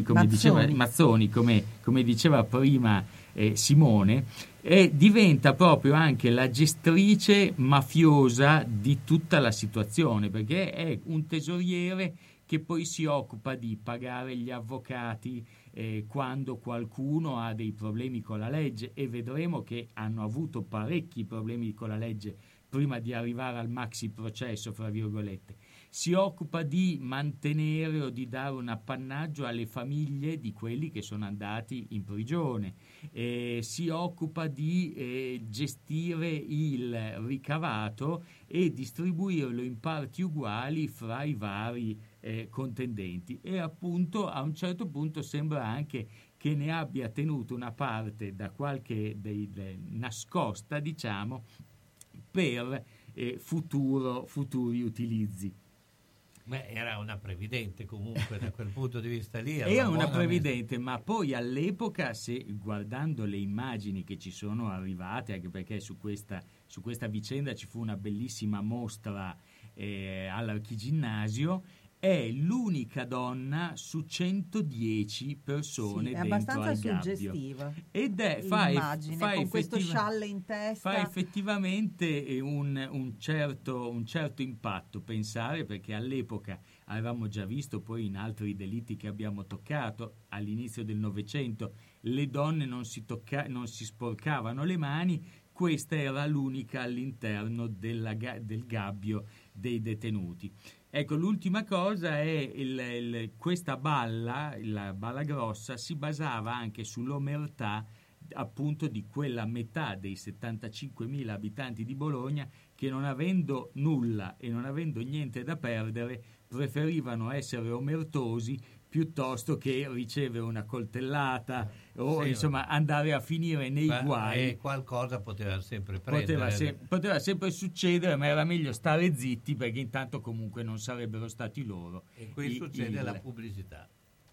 come diceva prima Simone, diventa proprio anche la gestrice mafiosa di tutta la situazione, perché è un tesoriere che poi si occupa di pagare gli avvocati quando qualcuno ha dei problemi con la legge, e vedremo che hanno avuto parecchi problemi con la legge prima di arrivare al maxi processo, fra virgolette. Si occupa di mantenere o di dare un appannaggio alle famiglie di quelli che sono andati in prigione, si occupa di gestire il ricavato e distribuirlo in parti uguali fra i vari contendenti, e appunto a un certo punto sembra anche che ne abbia tenuto una parte da qualche nascosta, diciamo, per futuri utilizzi. Beh, era una previdente comunque da quel punto di vista lì. Era una previdente, ma poi all'epoca, se guardando le immagini che ci sono arrivate, anche perché su questa vicenda ci fu una bellissima mostra all'Archiginnasio, è l'unica donna su 110 persone dentro al gabbio. È abbastanza suggestiva. Ed fa con questo scialle in testa. Fa effettivamente un certo impatto, pensare, perché all'epoca avevamo già visto, poi in altri delitti che abbiamo toccato, all'inizio del Novecento le donne non si sporcavano le mani. Questa era l'unica all'interno del gabbio dei detenuti. Ecco, l'ultima cosa è questa balla, la balla grossa, si basava anche sull'omertà appunto di quella metà dei 75.000 abitanti di Bologna che, non avendo nulla e non avendo niente da perdere, preferivano essere omertosi piuttosto che ricevere una coltellata o insomma andare a finire nei guai. E qualcosa poteva sempre prendere. Poteva sempre succedere, ma era meglio stare zitti, perché intanto comunque non sarebbero stati loro. E qui succede la pubblicità.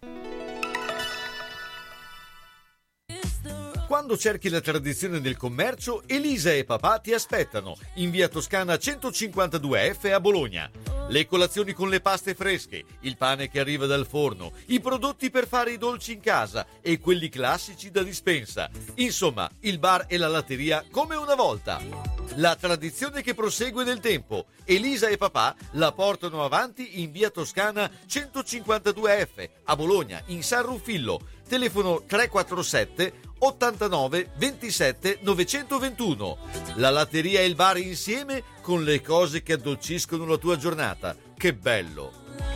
Quando cerchi la tradizione del commercio, Elisa e papà ti aspettano in via Toscana 152F a Bologna. Le colazioni con le paste fresche, il pane che arriva dal forno, i prodotti per fare i dolci in casa e quelli classici da dispensa. Insomma, il bar e la latteria come una volta. La tradizione che prosegue nel tempo. Elisa e papà la portano avanti in via Toscana 152F a Bologna, in San Ruffillo. Telefono 347 89 27 921. La latteria e il bar insieme con le cose che addolciscono la tua giornata. Che bello!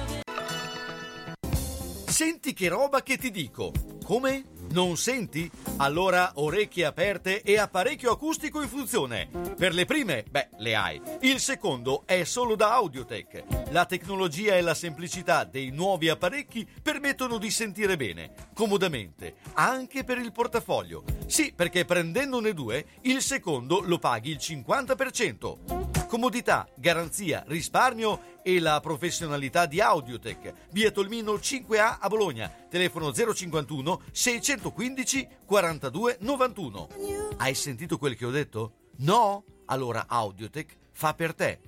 Senti che roba che ti dico. Come? Non senti? Allora orecchie aperte e apparecchio acustico in funzione. Per le prime, le hai. Il secondo è solo da Audiotech. La tecnologia e la semplicità dei nuovi apparecchi permettono di sentire bene, comodamente, anche per il portafoglio. Sì, perché prendendone due, il secondo lo paghi il 50%. Comodità, garanzia, risparmio e la professionalità di Audiotech. Via Tolmino 5A a Bologna. Telefono 051 615 42 91. Hai sentito quel che ho detto? No? Allora Audiotech fa per te.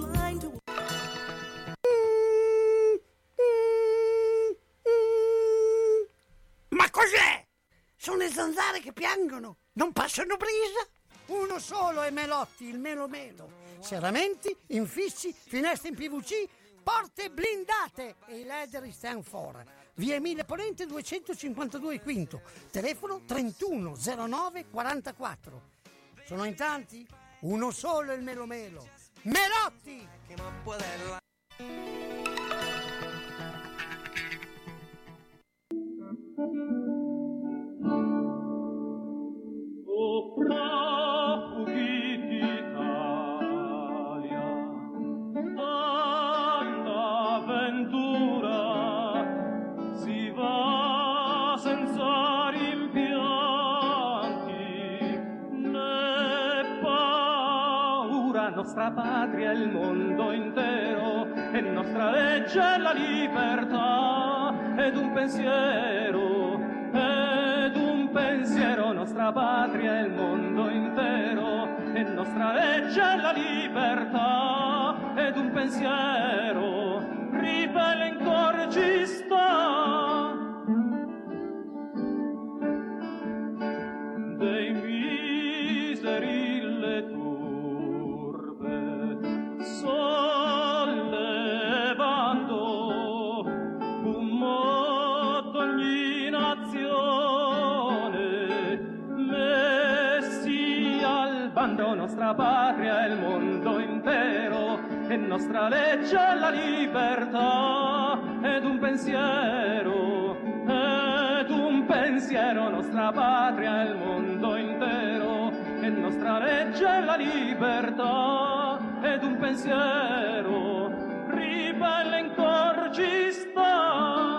Ma cos'è? Sono le zanzare che piangono, non passano brisa. Uno solo è Melotti, il Melo Melo. Serramenti, infissi, finestre in PVC, porte blindate e i LED stand for. Via Emile Ponente 252 Quinto, telefono 31 09 44. Sono in tanti? Uno solo è il Melo Melo. Melotti! Profughi d'Italia, all'avventura si va senza rimpianti né paura. Nostra patria è il mondo intero e nostra legge è la libertà ed un pensiero, nostra patria è il mondo intero e nostra legge è la libertà ed un pensiero ribelle in cor ci sta. Dei miseri le turbe sollevando un modo ogni nazione, messi al bando. Nostra patria è il mondo intero e nostra legge è la libertà ed un pensiero, nostra patria è il mondo intero e nostra legge è la libertà ed un pensiero ribelle in cor ci sta.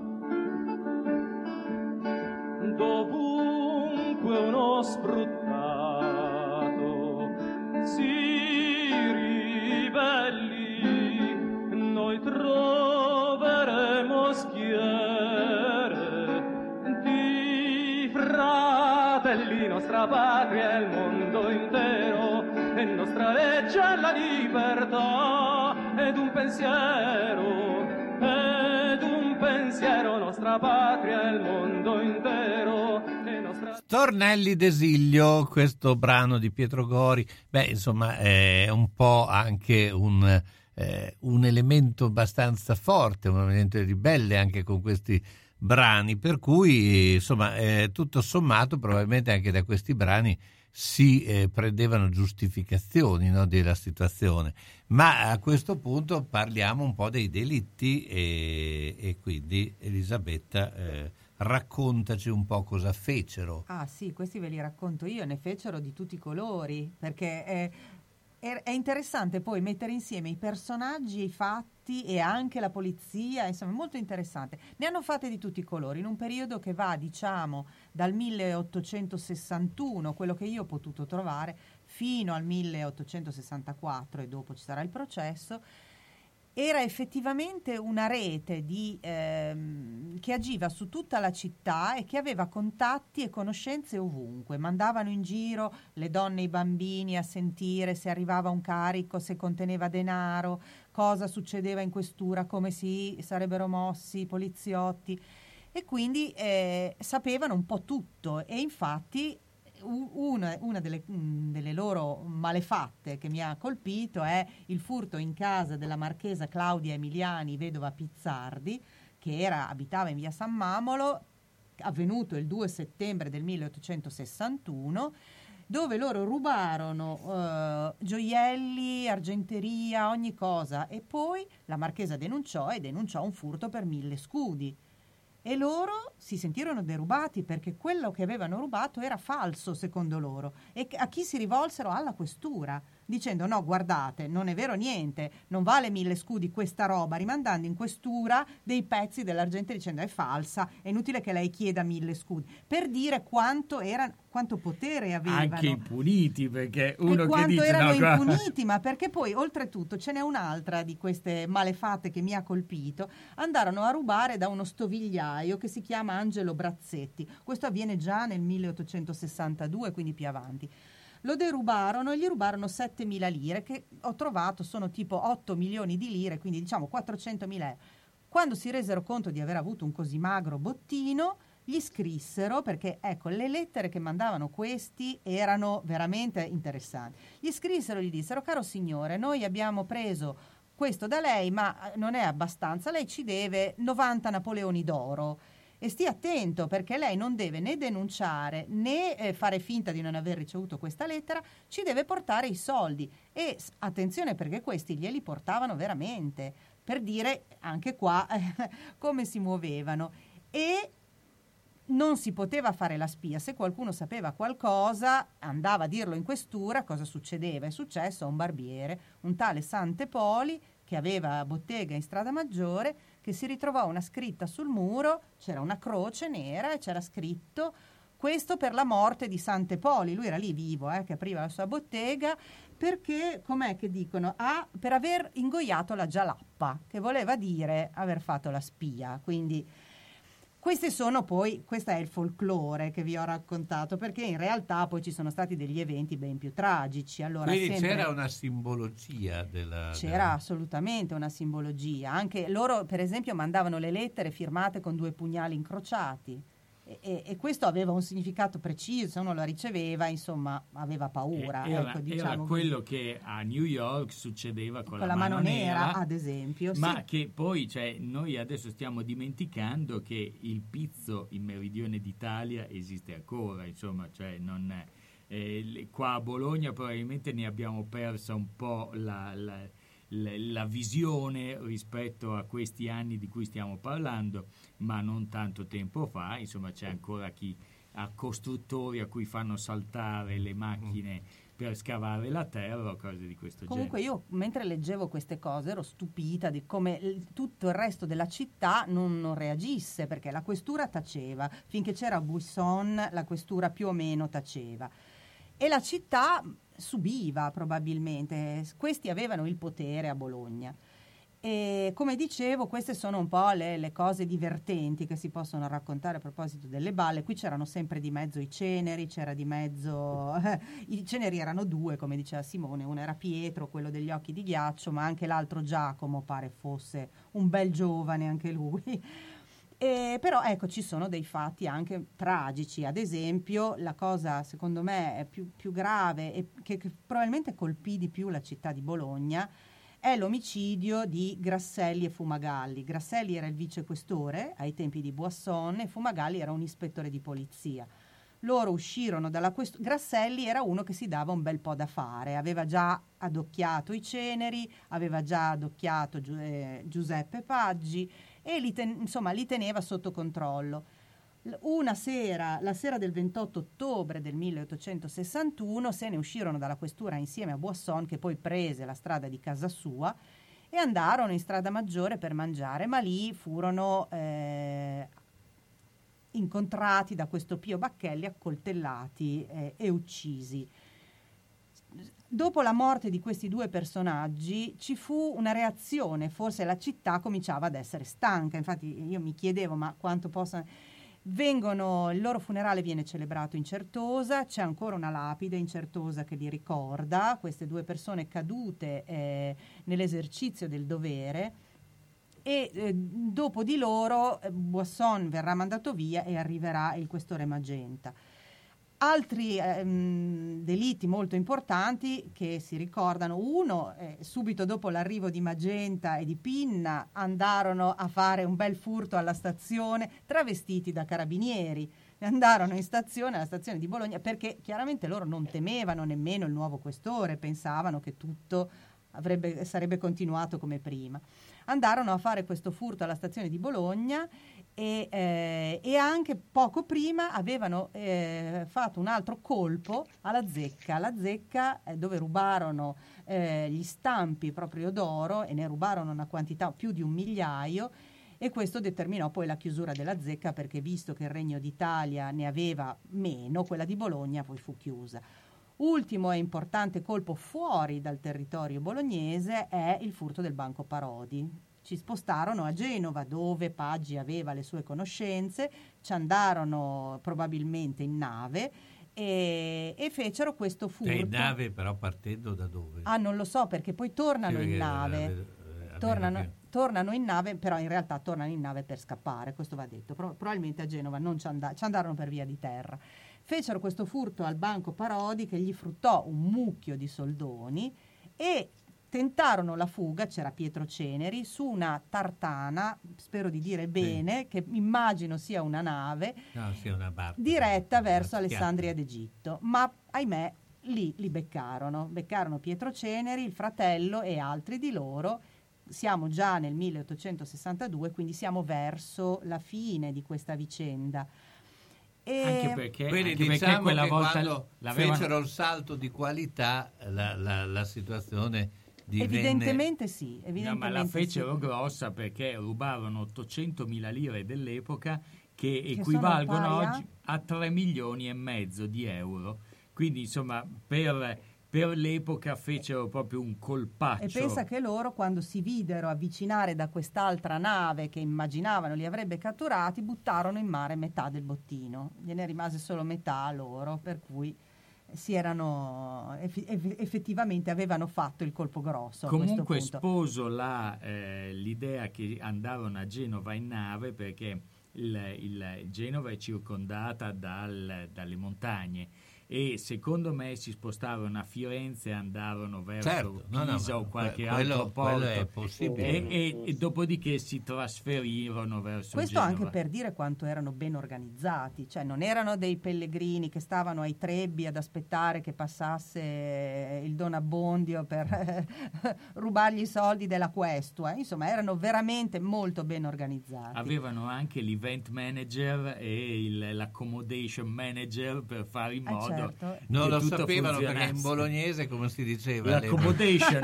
Dovunque uno sfruttato si ribelli, noi troveremo schiere di fratelli. Nostra patria è il mondo intero e nostra legge è la libertà ed un pensiero, nostra patria è il mondo intero e nostra... Stornelli d'Esilio, questo brano di Pietro Gori, insomma è un po' anche un elemento abbastanza forte, un elemento ribelle anche con questi brani, per cui insomma tutto sommato probabilmente anche da questi brani si prendevano giustificazioni, no, della situazione. Ma a questo punto parliamo un po' dei delitti e quindi Elisabetta raccontaci un po' cosa fecero. Ah sì, questi ve li racconto io, ne fecero di tutti i colori, perché è interessante poi mettere insieme i personaggi, i fatti e anche la polizia, insomma è molto interessante. Ne hanno fatte di tutti i colori in un periodo che va, diciamo, dal 1861, quello che io ho potuto trovare, fino al 1864 e dopo ci sarà il processo. Era effettivamente una rete che agiva su tutta la città e che aveva contatti e conoscenze ovunque. Mandavano in giro le donne e i bambini a sentire se arrivava un carico, se conteneva denaro, cosa succedeva in questura, come si sarebbero mossi i poliziotti. E quindi sapevano un po' tutto e infatti una delle loro malefatte che mi ha colpito è il furto in casa della marchesa Claudia Emiliani, vedova Pizzardi, che abitava in via San Mamolo, avvenuto il 2 settembre del 1861, dove loro rubarono gioielli, argenteria, ogni cosa, e poi la marchesa denunciò un furto per 1000 scudi. e loro si sentirono derubati perché quello che avevano rubato era falso secondo loro, e a chi si rivolsero? Alla questura, dicendo no, guardate, non è vero niente, non vale 1000 scudi questa roba, rimandando in questura dei pezzi dell'argento dicendo è falsa, è inutile che lei chieda 1000 scudi, per dire quanto potere avevano. Anche impuniti, perché uno e che quanto dice erano no, impuniti, ma perché poi oltretutto ce n'è un'altra di queste malefatte che mi ha colpito. Andarono a rubare da uno stovigliaio che si chiama Angelo Brazzetti, questo avviene già nel 1862, quindi più avanti. Lo derubarono e gli rubarono 7.000 lire, che ho trovato sono tipo 8 milioni di lire, quindi diciamo 400.000 euro. Quando si resero conto di aver avuto un così magro bottino, gli scrissero, perché ecco, le lettere che mandavano questi erano veramente interessanti. Gli scrissero e gli dissero: caro signore, noi abbiamo preso questo da lei, ma non è abbastanza, lei ci deve 90 napoleoni d'oro. E stia attento, perché lei non deve né denunciare né fare finta di non aver ricevuto questa lettera, ci deve portare i soldi. E attenzione, perché questi glieli portavano veramente, per dire anche qua come si muovevano. E non si poteva fare la spia. Se qualcuno sapeva qualcosa andava a dirlo in questura. Cosa succedeva? È successo a un barbiere, un tale Santepoli, che aveva bottega in Strada Maggiore, che si ritrovò una scritta sul muro, c'era una croce nera e c'era scritto: questo per la morte di Santepoli. Lui era lì vivo, che apriva la sua bottega, perché, com'è che dicono, per aver ingoiato la gialappa, che voleva dire aver fatto la spia. Quindi questo è il folklore che vi ho raccontato, perché in realtà poi ci sono stati degli eventi ben più tragici. Allora, quindi c'era una simbologia c'era assolutamente una simbologia. Anche loro, per esempio, mandavano le lettere firmate con 2 pugnali incrociati. E questo aveva un significato preciso, se uno la riceveva, insomma, aveva paura. Era quello che a New York succedeva con la mano nera, ad esempio. Ma sì. che poi, noi adesso stiamo dimenticando che il pizzo in meridione d'Italia esiste ancora, insomma, non qua a Bologna probabilmente ne abbiamo persa un po' la visione rispetto a questi anni di cui stiamo parlando, ma non tanto tempo fa, insomma, c'è ancora chi ha costruttori a cui fanno saltare le macchine per scavare la terra o cose di questo Comunque genere. Io mentre leggevo queste cose ero stupita di come tutto il resto della città non reagisse, perché la questura taceva, finché c'era Buisson la questura più o meno taceva, e la città subiva probabilmente. Questi avevano il potere a Bologna. E come dicevo, queste sono un po' le cose divertenti che si possono raccontare a proposito delle balle. Qui c'erano sempre di mezzo i ceneri, c'era di mezzo i ceneri erano 2, come diceva Simone, uno era Pietro, quello degli occhi di ghiaccio, ma anche l'altro Giacomo pare fosse un bel giovane anche lui. Però ecco, ci sono dei fatti anche tragici. Ad esempio, la cosa secondo me più grave e che probabilmente colpì di più la città di Bologna è l'omicidio di Grasselli e Fumagalli. Grasselli era il vicequestore ai tempi di Boisson e Fumagalli era un ispettore di polizia. Loro uscirono dalla questura. Grasselli era uno che si dava un bel po' da fare, aveva già adocchiato i ceneri, aveva già adocchiato Giuseppe Paggi e li teneva sotto controllo. Una sera, la sera del 28 ottobre del 1861, se ne uscirono dalla questura insieme a Boisson, che poi prese la strada di casa sua, e andarono in Strada Maggiore per mangiare, ma lì furono incontrati da questo Pio Bacchelli, accoltellati e uccisi. Dopo la morte di questi 2 personaggi ci fu una reazione, forse la città cominciava ad essere stanca. Infatti io mi chiedevo, ma quanto possano... il loro funerale viene celebrato in Certosa, c'è ancora una lapide in Certosa che li ricorda, queste 2 persone cadute nell'esercizio del dovere, e dopo di loro Boisson verrà mandato via e arriverà il questore Magenta. Altri delitti molto importanti che si ricordano: uno, subito dopo l'arrivo di Magenta e di Pinna andarono a fare un bel furto alla stazione travestiti da carabinieri. Andarono in stazione, alla stazione di Bologna, perché chiaramente loro non temevano nemmeno il nuovo questore, pensavano che tutto sarebbe continuato come prima. andarono a fare questo furto alla stazione di Bologna e anche poco prima avevano fatto un altro colpo alla zecca dove rubarono gli stampi proprio d'oro, e ne rubarono una quantità più di 1 migliaio, e questo determinò poi la chiusura della zecca, perché visto che il Regno d'Italia ne aveva meno, quella di Bologna poi fu chiusa. Ultimo e importante colpo fuori dal territorio bolognese è il furto del Banco Parodi. Ci spostarono a Genova, dove Paggi aveva le sue conoscenze, ci andarono probabilmente in nave e fecero questo furto. In nave, però partendo da dove? Non lo so, perché poi tornano in nave. Tornano in nave, però in realtà tornano in nave per scappare, questo va detto. Probabilmente a Genova non ci andarono per via di terra. Fecero questo furto al Banco Parodi, che gli fruttò un mucchio di soldoni, e tentarono la fuga, c'era Pietro Ceneri, su una tartana, spero di dire bene, che immagino sia una nave, sia una barca, diretta verso Alessandria d'Egitto, ma ahimè li beccarono Pietro Ceneri, il fratello e altri di loro. Siamo già nel 1862, quindi siamo verso la fine di questa vicenda. Anche perché diciamo quella che volta quando fecero il salto di qualità la situazione evidentemente sì, ma la fecero grossa, perché rubarono 800.000 lire dell'epoca che equivalgono oggi a 3 milioni e mezzo di euro. Quindi insomma per l'epoca fecero proprio un colpaccio. E pensa che loro, quando si videro avvicinare da quest'altra nave che immaginavano li avrebbe catturati, buttarono in mare metà del bottino, gliene rimase solo metà a loro, per cui effettivamente avevano fatto il colpo grosso. Comunque sposo l'idea che andarono a Genova in nave, perché il Genova è circondata dalle montagne, e secondo me si spostarono a Firenze e andarono verso Pisa o qualche altro porto. Quello è possibile. E dopodiché si trasferirono verso questo Genova. Anche per dire quanto erano ben organizzati, cioè non erano dei pellegrini che stavano ai Trebbi ad aspettare che passasse il Don Abbondio per rubargli i soldi della Questua, insomma erano veramente molto ben organizzati. Avevano anche l'event manager e l'accommodation manager per fare in modo certo. Non lo sapevano, perché in bolognese come si diceva? L'accommodation.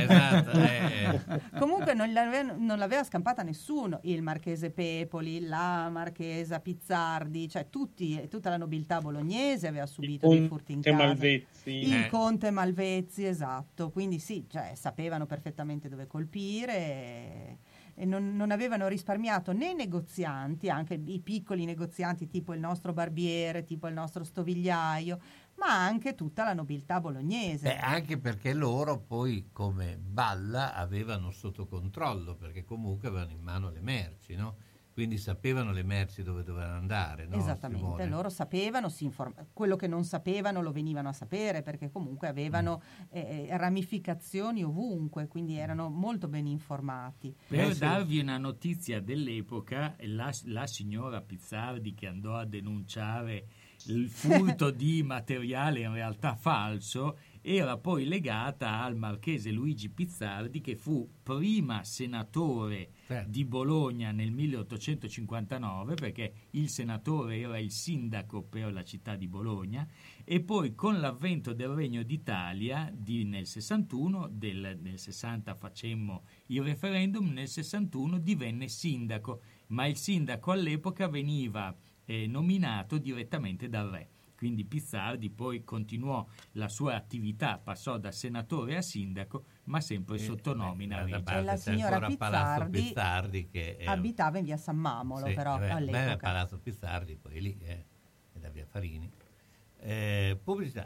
Esatto. Comunque non l'aveva scampata nessuno, il marchese Pepoli, la marchesa Pizzardi, cioè tutta la nobiltà bolognese aveva subito dei furti in casa. Malvezzi. Il conte Malvezzi, esatto, quindi sì, cioè, sapevano perfettamente dove colpire e non avevano risparmiato né i negozianti, anche i piccoli negozianti tipo il nostro barbiere, tipo il nostro stovigliaio, ma anche tutta la nobiltà bolognese. Anche perché loro poi, come Balla, avevano sotto controllo, perché comunque avevano in mano le merci, no? Quindi sapevano le merci dove dovevano andare, no? Esattamente, loro sapevano, quello che non sapevano lo venivano a sapere, perché comunque avevano ramificazioni ovunque, quindi erano molto ben informati. Per darvi una notizia dell'epoca, la signora Pizzardi, che andò a denunciare il furto di materiale in realtà falso, era poi legata al marchese Luigi Pizzardi, che fu prima senatore di Bologna nel 1859, perché il senatore era il sindaco per la città di Bologna, e poi con l'avvento del Regno d'Italia nel 61, nel 60 facemmo il referendum, nel 61 divenne sindaco, ma il sindaco all'epoca veniva nominato direttamente dal re. Quindi Pizzardi poi continuò la sua attività, passò da senatore a sindaco, ma sempre sotto nomina regia. La signora Pizzardi che abitava in via San Mamolo, però all'epoca. Palazzo Pizzardi, poi lì è da via Farini. Pubblicità.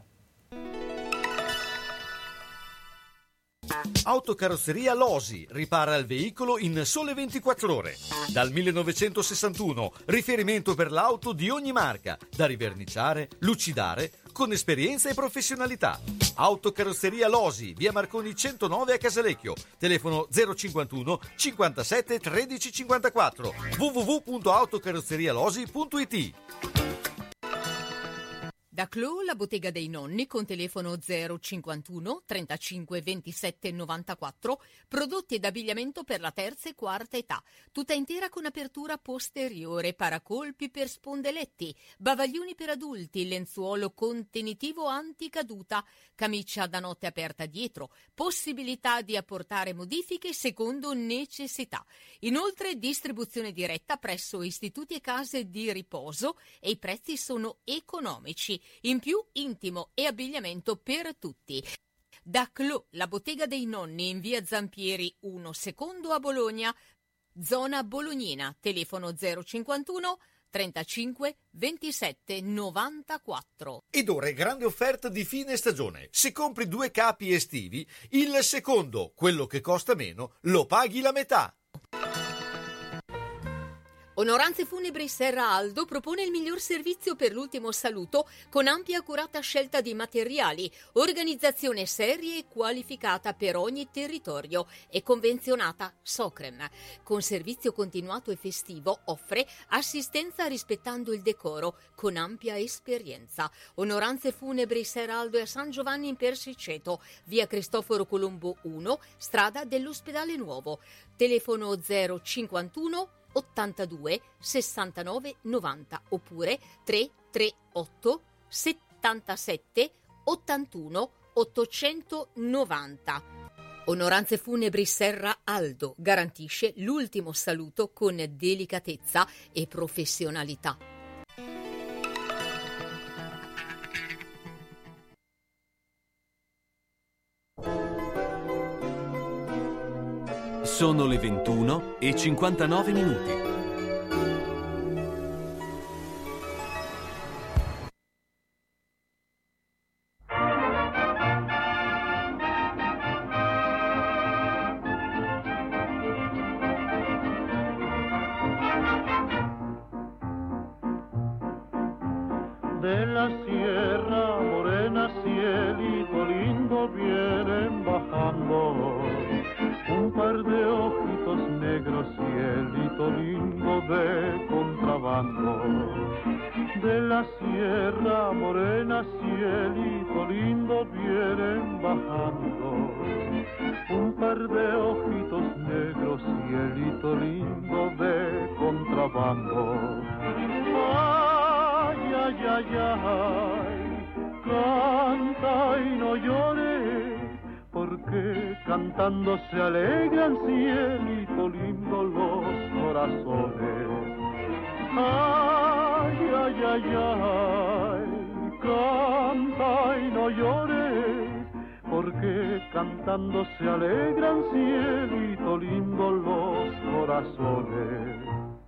Autocarrozzeria Losi ripara il veicolo in sole 24 ore. Dal 1961, riferimento per l'auto di ogni marca, da riverniciare, lucidare, con esperienza e professionalità. Autocarrozzeria Losi, via Marconi 109 a Casalecchio, telefono 051 57 13 54, www.autocarrozzerialosi.it. Da Clou, la bottega dei nonni, con telefono 051 35 27 94, prodotti ed abbigliamento per la terza e quarta età, tutta intera con apertura posteriore, paracolpi per spondeletti, bavaglioni per adulti, lenzuolo contenitivo anticaduta, camicia da notte aperta dietro, possibilità di apportare modifiche secondo necessità. Inoltre distribuzione diretta presso istituti e case di riposo e i prezzi sono economici. In più intimo e abbigliamento per tutti. Da Clou, la bottega dei nonni, in via Zampieri 1 secondo a Bologna, zona bolognina, telefono 051 35 27 94. Ed ora è grande offerta di fine stagione. Se compri 2 capi estivi, il secondo, quello che costa meno, lo paghi la metà. Onoranze Funebri Serra Aldo propone il miglior servizio per l'ultimo saluto con ampia e accurata scelta di materiali, organizzazione seria e qualificata per ogni territorio e convenzionata Socrem. Con servizio continuato e festivo offre assistenza rispettando il decoro con ampia esperienza. Onoranze Funebri Serra Aldo a San Giovanni in Persiceto, via Cristoforo Colombo 1, strada dell'Ospedale Nuovo. Telefono 051 82 69 90 oppure 338 77 81 890. Onoranze Funebri Serra Aldo garantisce l'ultimo saluto con delicatezza e professionalità. Sono le 21:59. Della Sierra Morena cielito lindo vienen bajando un par de ojitos negros, cielito lindo de contrabando. De la Sierra Morena, cielito lindo, vienen bajando un par de ojitos negros, cielito lindo de contrabando. Ay, ay, ay, ay, canta y no llores, porque cantando se alegran, cielito lindo, los corazones. Ay, ay, ay, ay, canta y no llores, porque cantando se alegran, cielito lindo, los corazones.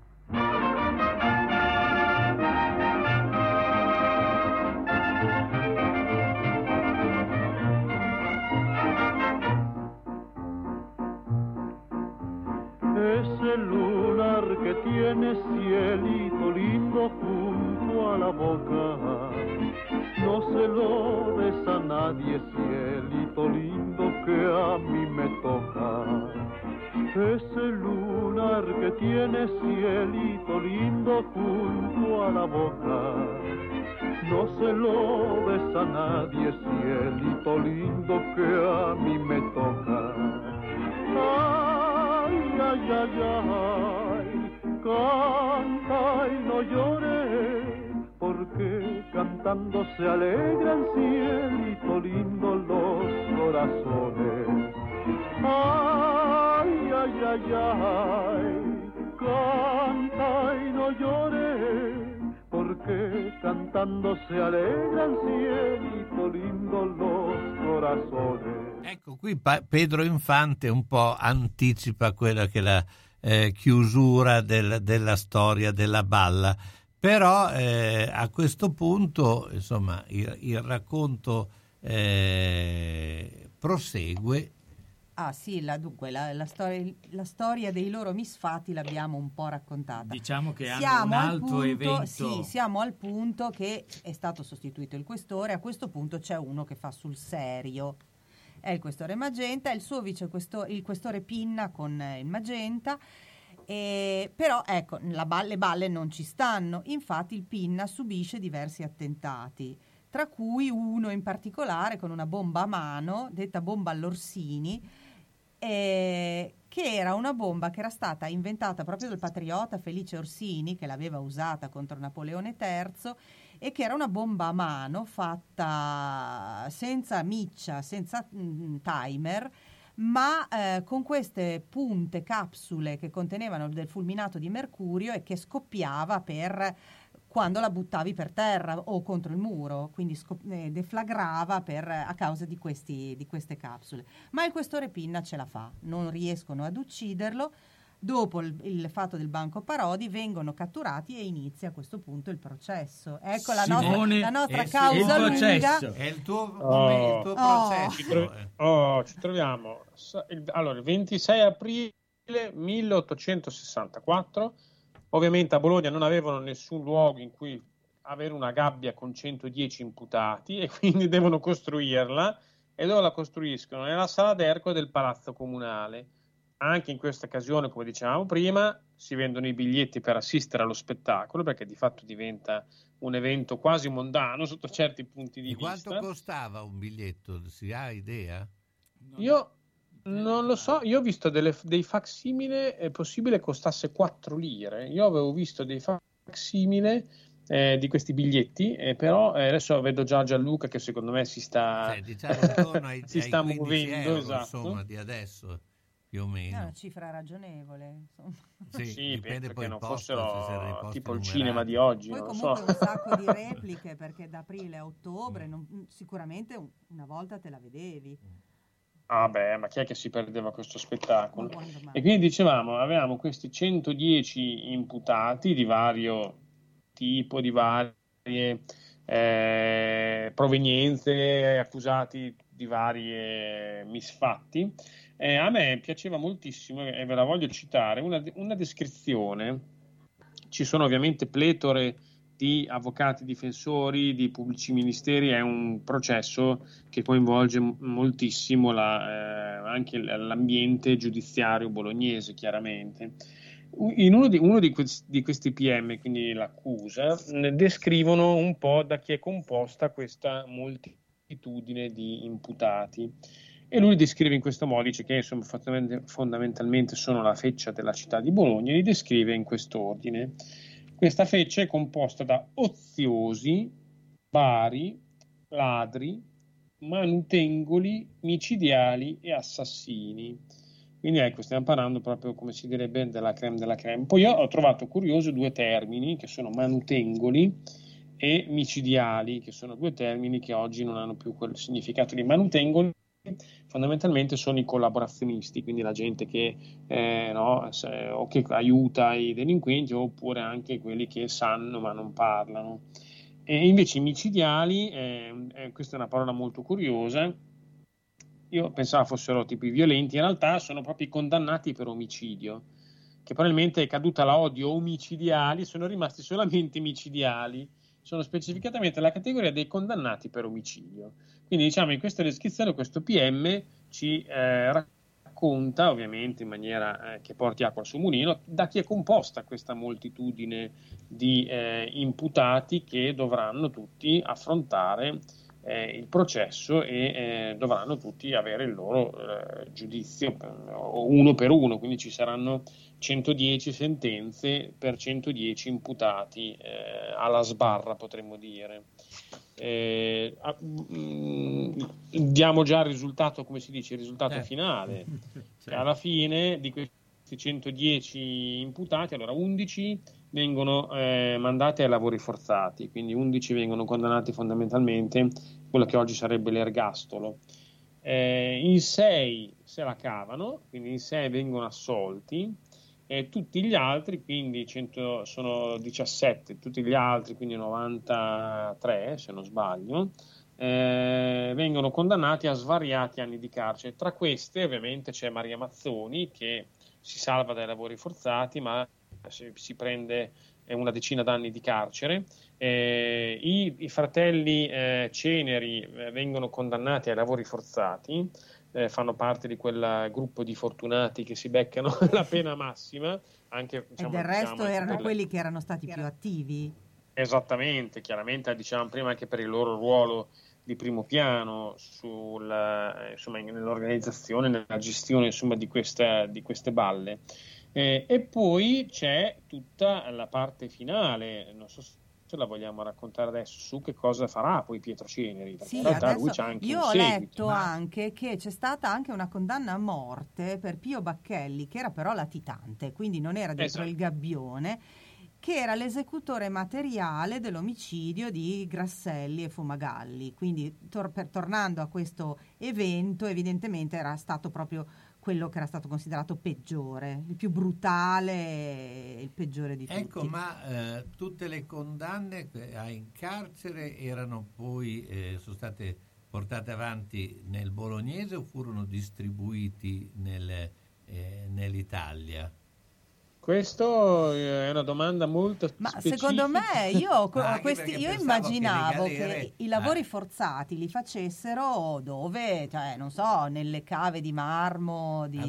Ese lunar que tiene, cielito lindo, junto a la boca, no se lo des a nadie, cielito lindo, que a mí me toca. Ese lunar que tiene, cielito lindo, junto a la boca, no se lo des a nadie, cielito lindo, que a mí me toca. Ay, ay, ay, canta y no llores, porque cantando se alegran, cielito lindo, los corazones. Ay, ay, ay, ay, canta y no llores, porque cantando se alegran, cielito lindo, los corazones. Ecco, qui Pedro Infante un po' anticipa quella che è la chiusura della storia della balla, però a questo punto, insomma, il racconto prosegue. Ah sì, dunque la storia dei loro misfatti l'abbiamo un po' raccontata. Diciamo che hanno un altro evento. Sì, siamo al punto che è stato sostituito il questore, a questo punto c'è uno che fa sul serio. È il questore Magenta, è il suo vicequestore, il questore Pinna con il Magenta, però ecco, le balle non ci stanno, infatti il Pinna subisce diversi attentati. tra cui uno in particolare con una bomba a mano, detta bomba all'Orsini, che era una bomba che era stata inventata proprio dal patriota Felice Orsini, che l'aveva usata contro Napoleone III, e che era una bomba a mano fatta senza miccia, senza timer, ma con queste punte capsule che contenevano del fulminato di mercurio e che scoppiava per quando la buttavi per terra o contro il muro, quindi deflagrava a causa di queste capsule. Ma il questore Pinna ce la fa, non riescono ad ucciderlo. Dopo il fatto del Banco Parodi vengono catturati e inizia a questo punto il processo. Ecco la nostra causa lunga. È il tuo processo. Ci troviamo. Allora, il 26 aprile 1864. Ovviamente a Bologna non avevano nessun luogo in cui avere una gabbia con 110 imputati e quindi devono costruirla. E dove la costruiscono? Nella sala d'erco del Palazzo Comunale. Anche in questa occasione, come dicevamo prima, si vendono i biglietti per assistere allo spettacolo, perché di fatto diventa un evento quasi mondano sotto certi punti di vista. Quanto costava un biglietto? Si ha idea? Io non lo so, io ho visto dei facsimile, è possibile costasse 4 lire. Io avevo visto dei facsimile di questi biglietti, però adesso vedo già Gianluca che secondo me si sta, si sta muovendo, euro, esatto. Insomma, di adesso. Più o meno. È una cifra ragionevole. Sì, dipende perché poi non posto, fossero tipo il cinema di oggi. Poi non comunque so. un sacco di repliche, perché da aprile a ottobre sicuramente una volta te la vedevi. Ah beh, ma chi è che si perdeva questo spettacolo? E quindi dicevamo, avevamo questi 110 imputati di vario tipo, di varie provenienze, accusati di vari misfatti. A me piaceva moltissimo, e ve la voglio citare, una descrizione. Ci sono ovviamente pletore di avvocati difensori, di pubblici ministeri, è un processo che coinvolge moltissimo anche l'ambiente giudiziario bolognese, chiaramente. In uno di questi PM, quindi l'accusa, descrivono un po' da chi è composta questa moltitudine di imputati. E lui li descrive in questo modo, dice che insomma, fondamentalmente sono la feccia della città di Bologna, e li descrive in quest'ordine. Questa feccia è composta da oziosi, bari, ladri, manutengoli, micidiali e assassini. Quindi ecco, stiamo parlando proprio, come si direbbe, della crème della crème. Poi io ho trovato curioso 2 termini, che sono manutengoli e micidiali, che sono 2 termini che oggi non hanno più quel significato di manutengoli. Fondamentalmente sono i collaborazionisti, quindi la gente che o che aiuta i delinquenti, oppure anche quelli che sanno ma non parlano. E invece i micidiali, questa è una parola molto curiosa, io pensavo fossero tipi violenti, in realtà sono proprio i condannati per omicidio, che probabilmente è caduta la odio omicidiali, sono rimasti solamente micidiali, sono specificatamente la categoria dei condannati per omicidio. Quindi diciamo in questa descrizione questo PM ci racconta, ovviamente in maniera che porti acqua al suo mulino, da chi è composta questa moltitudine di imputati che dovranno tutti affrontare il processo e dovranno tutti avere il loro giudizio uno per uno, quindi ci saranno 110 sentenze per 110 imputati alla sbarra, potremmo dire. Diamo già il risultato, come si dice, il risultato finale. Alla fine di questi 110 imputati, allora 11 vengono mandati ai lavori forzati, quindi 11 vengono condannati fondamentalmente quello che oggi sarebbe l'ergastolo. In 6 se la cavano, quindi in 6 vengono assolti, e tutti gli altri, quindi sono 17, tutti gli altri, quindi 93 se non sbaglio, vengono condannati a svariati anni di carcere. Tra queste ovviamente c'è Maria Mazzoni, che si salva dai lavori forzati, ma si prende una decina d'anni di carcere. I fratelli Ceneri vengono condannati ai lavori forzati, fanno parte di quel gruppo di fortunati che si beccano la pena massima, anche, diciamo, e del resto erano quelli che erano stati più attivi. Esattamente, chiaramente dicevamo prima anche per il loro ruolo di primo piano nell'organizzazione, nella gestione insomma di queste balle. E poi c'è tutta la parte finale, non so se la vogliamo raccontare adesso, su che cosa farà poi Pietro Ceneri, perché in realtà lui c'ha anche io un ho seguito. letto anche che c'è stata anche una condanna a morte per Pio Bacchelli, che era però latitante, quindi non era dietro il gabbione, che era l'esecutore materiale dell'omicidio di Grasselli e Fumagalli. Quindi tornando a questo evento, evidentemente era stato proprio quello che era stato considerato peggiore, il più brutale, il peggiore di tutti. Ecco, ma tutte le condanne in carcere erano poi sono state portate avanti nel bolognese o furono distribuiti nell'Italia? Questo è una domanda molto specifica. Secondo me io immaginavo che i lavori forzati li facessero dove, cioè, non so, nelle cave di marmo fa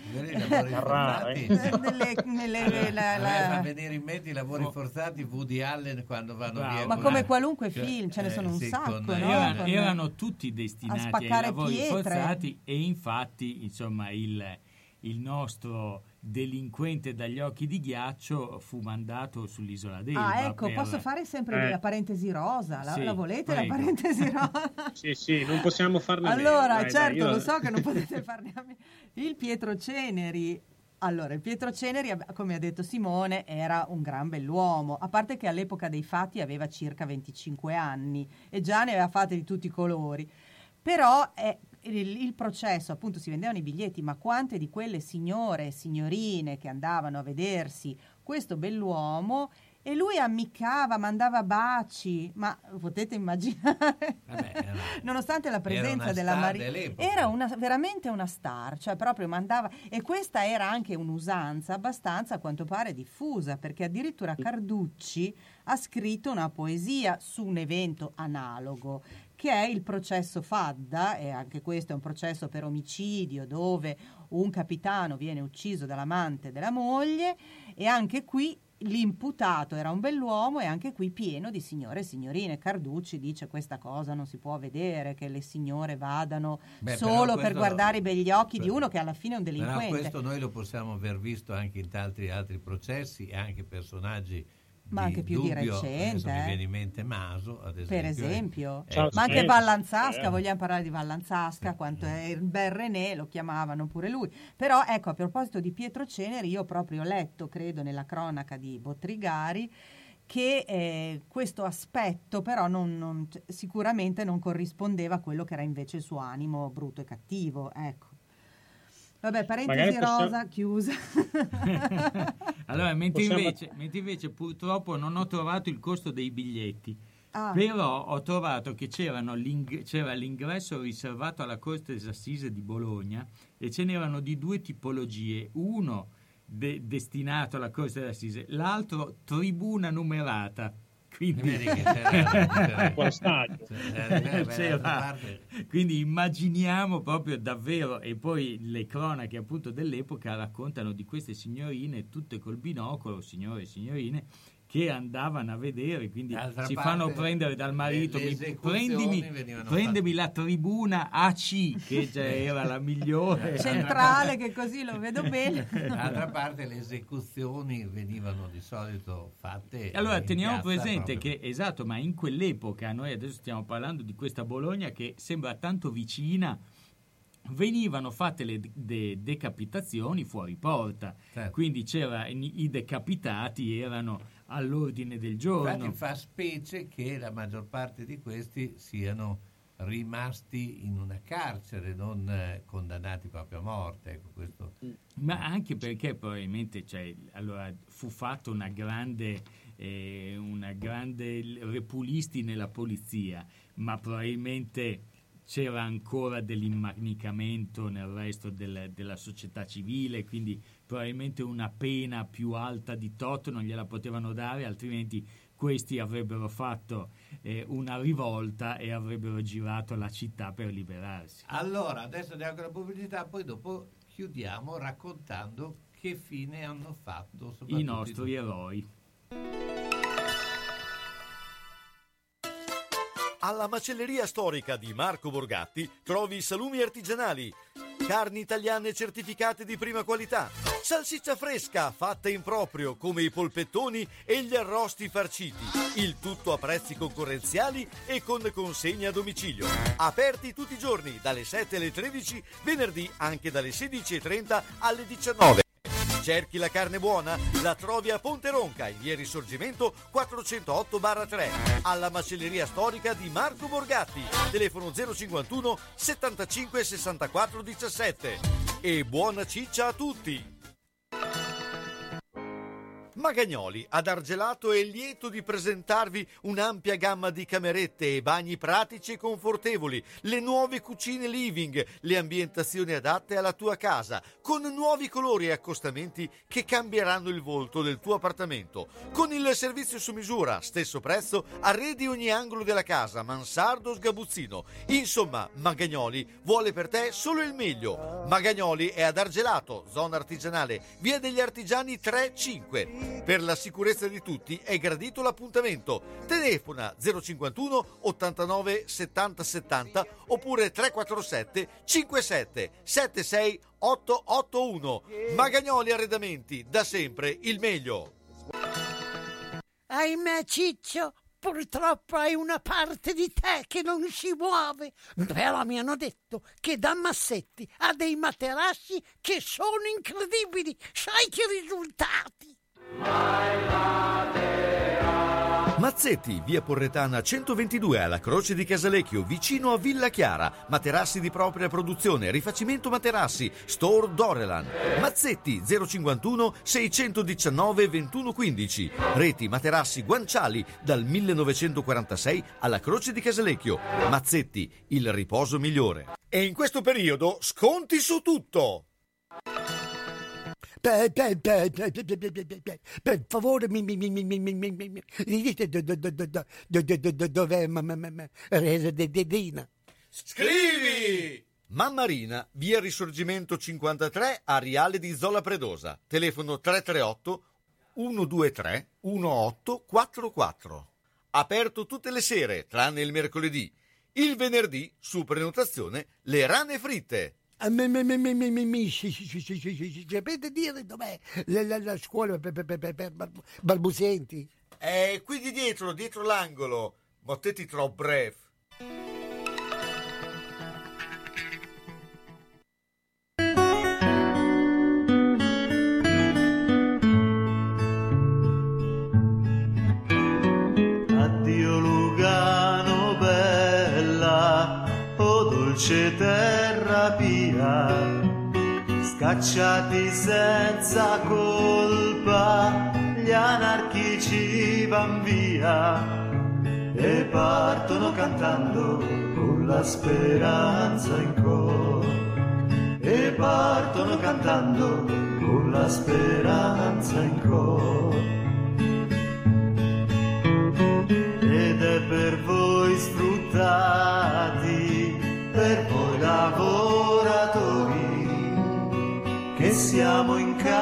venire in mente i lavori forzati Woody Allen quando vanno via. Ma come qualunque film, ce ne sono un sacco, erano tutti destinati ai lavori forzati, e infatti insomma il nostro delinquente dagli occhi di ghiaccio fu mandato sull'isola d'Elba. Ecco, posso fare sempre la parentesi rosa? La volete, prego. La parentesi rosa? Sì, non possiamo farne a meno. Allora, certo, lo so che non potete farne a meno. Il Pietro Ceneri, come ha detto Simone, era un gran bell'uomo, a parte che all'epoca dei fatti aveva circa 25 anni e già ne aveva fatte di tutti i colori. Però il processo, appunto, si vendevano i biglietti, ma quante di quelle signore e signorine che andavano a vedersi questo bell'uomo, e lui ammiccava, mandava baci, ma potete immaginare, nonostante la presenza della Maria, era veramente una star, cioè proprio mandava, e questa era anche un'usanza abbastanza, a quanto pare, diffusa, perché addirittura Carducci ha scritto una poesia su un evento analogo, che è il processo Fadda, e anche questo è un processo per omicidio dove un capitano viene ucciso dall'amante della moglie, e anche qui l'imputato era un bell'uomo, e anche qui pieno di signore e signorine. Carducci dice: questa cosa non si può vedere, che le signore vadano solo per guardare i begli occhi di uno che alla fine è un delinquente. Però questo noi lo possiamo aver visto anche in tanti altri processi, e anche personaggi ma anche più dubbio, di recente, mi viene in mente Maso, ad esempio, per esempio, ma anche Vallanzasca, vogliamo parlare di Vallanzasca, quanto è il bel René, lo chiamavano pure lui. Però ecco, a proposito di Pietro Ceneri, io proprio ho letto, credo nella cronaca di Bottrigari, che questo aspetto però sicuramente non corrispondeva a quello che era invece il suo animo brutto e cattivo, ecco. Vabbè, parentesi rosa chiusa. Allora, mentre invece purtroppo non ho trovato il costo dei biglietti, però ho trovato che c'era l'ingresso riservato alla Corte d'Assise di Bologna, e ce n'erano di due tipologie: uno destinato alla Corte d'Assise, l'altro tribuna numerata. Quindi immaginiamo proprio davvero, e poi le cronache appunto dell'epoca raccontano di queste signorine tutte col binocolo, signore e signorine, che andavano a vedere, quindi si fanno prendere dal marito, prendimi la tribuna AC, che già era la migliore centrale, che così lo vedo bene. D'altra parte le esecuzioni venivano di solito fatte. Allora teniamo presente che, esatto, ma in quell'epoca, noi adesso stiamo parlando di questa Bologna che sembra tanto vicina, venivano fatte le decapitazioni fuori porta, certo. Quindi i decapitati erano all'ordine del giorno. Infatti fa specie che la maggior parte di questi siano rimasti in una carcere, non condannati proprio a morte, ecco, questo. Ma anche perché probabilmente fu fatta una grande repulisti nella polizia, ma probabilmente c'era ancora dell'immanicamento nel resto della società civile, quindi probabilmente una pena più alta di tot non gliela potevano dare, altrimenti questi avrebbero fatto una rivolta e avrebbero girato la città per liberarsi. Allora, adesso andiamo con la pubblicità, poi dopo chiudiamo raccontando che fine hanno fatto i nostri eroi. Alla macelleria storica di Marco Borgatti trovi salumi artigianali, carni italiane certificate di prima qualità, salsiccia fresca fatta in proprio come i polpettoni e gli arrosti farciti, il tutto a prezzi concorrenziali e con consegna a domicilio. Aperti tutti i giorni dalle 7 alle 13, venerdì anche dalle 16:30 alle 19. Cerchi la carne buona? La trovi a Ponte Ronca, in via Risorgimento 408/3, alla macelleria storica di Marco Borgatti. Telefono 051 75 64 17. E buona ciccia a tutti! Magagnoli ad Argelato è lieto di presentarvi un'ampia gamma di camerette e bagni pratici e confortevoli, le nuove cucine living, le ambientazioni adatte alla tua casa, con nuovi colori e accostamenti che cambieranno il volto del tuo appartamento. Con il servizio su misura, stesso prezzo, arredi ogni angolo della casa, mansardo, sgabuzzino. Insomma, Magagnoli vuole per te solo il meglio. Magagnoli è ad Argelato, zona artigianale, via degli Artigiani 3-5. Per la sicurezza di tutti è gradito l'appuntamento. Telefona 051 89 70 70 oppure 347 57 76 881. Magagnoli Arredamenti, da sempre il meglio. Ahimè, Ciccio, purtroppo hai una parte di te che non si muove. Però mi hanno detto che da Massetti ha dei materassi che sono incredibili. Sai che risultati? Mazzetti, via Porretana 122 alla Croce di Casalecchio, vicino a Villa Chiara. Materassi di propria produzione, rifacimento materassi, Store Dorelan. Mazzetti 051 619 2115. Reti materassi guanciali dal 1946 alla Croce di Casalecchio. Mazzetti, il riposo migliore. E in questo periodo sconti su tutto. Per favore, mi dite dov'è Redina? Scrivi! Mammarina, via Risorgimento 53, Ariale di Zola Predosa. Telefono 338 123 1844. Aperto tutte le sere, tranne il mercoledì. Il venerdì, su prenotazione, le rane fritte. Sapete dire dov'è la scuola per balbuzienti? È qui di dietro l'angolo. Ma te ti trovo breve. Addio Lugano bella, o dolce terra pia, scacciati senza colpa, gli anarchici van via e partono cantando con la speranza in cor, e partono cantando con la speranza in cor. Ed è per voi sfruttati, per voi lavoratori, che siamo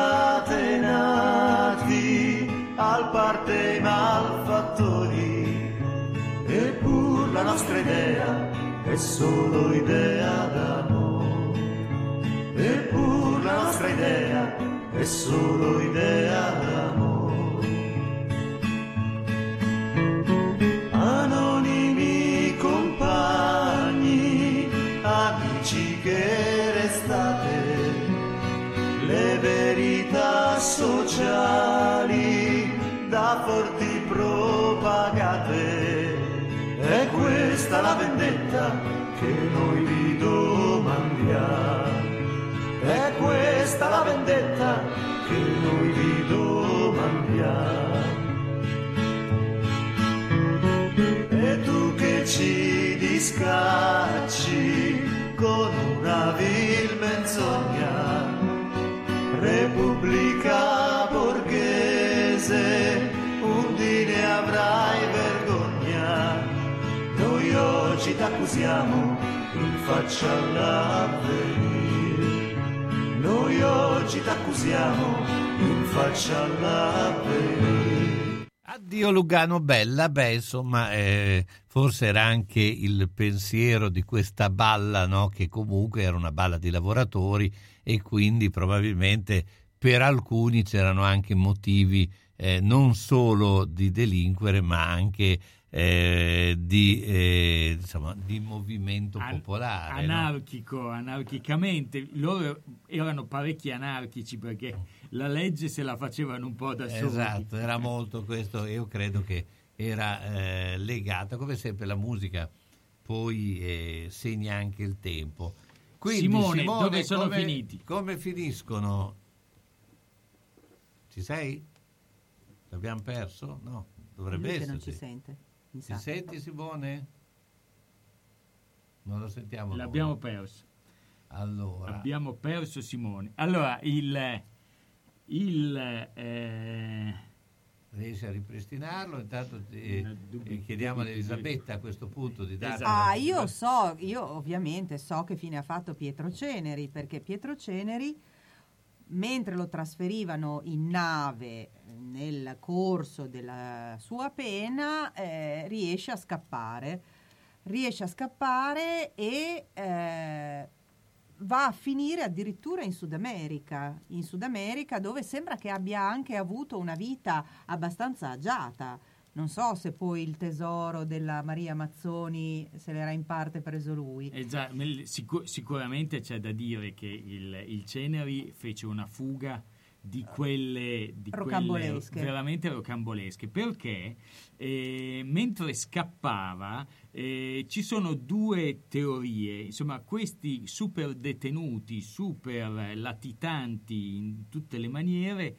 incatenati al parte i malfattori. Eppur la nostra idea è solo idea d'amore, eppur la nostra idea è solo idea d'amore. Anonimi compagni, amici che restate, le verità sociali da forti propagate. È questa la vendetta che noi vi domandiamo, è questa la vendetta che noi vi domandiamo. E tu che ci discacci con una vil menzogna, Repubblica borghese, un dì ne avrai vergogna. Noi oggi t'accusiamo in faccia all'avvenire, noi oggi t'accusiamo in faccia all'avvenire. Addio Lugano Bella, insomma, forse era anche il pensiero di questa balla, no? Che comunque era una balla di lavoratori e quindi probabilmente per alcuni c'erano anche motivi non solo di delinquere ma anche di movimento popolare, anarchico, no? Anarchicamente. Loro erano parecchi anarchici perché la legge se la facevano un po' da soli. Esatto, era molto questo. Io credo che era legata, come sempre la musica poi segna anche il tempo. Quindi, Simone, dove sono finiti? Come finiscono? Ci sei? L'abbiamo perso? No, dovrebbe esserci. Non ci sente. Ci senti, Simone? Non lo sentiamo. L'abbiamo perso. Allora. Abbiamo perso Simone. Allora, riesci a ripristinarlo? Intanto chiediamo ad Elisabetta a questo punto di dare... Io ovviamente so che fine ha fatto Pietro Ceneri, perché Pietro Ceneri, mentre lo trasferivano in nave nel corso della sua pena, riesce a scappare e va a finire addirittura in Sud America, dove sembra che abbia anche avuto una vita abbastanza agiata. Non so se poi il tesoro della Maria Mazzoni se l'era in parte preso lui. Sicuramente c'è da dire che il Ceneri fece una fuga di quelle veramente rocambolesche, perché mentre scappava ci sono due teorie. Insomma, questi super detenuti, super latitanti in tutte le maniere,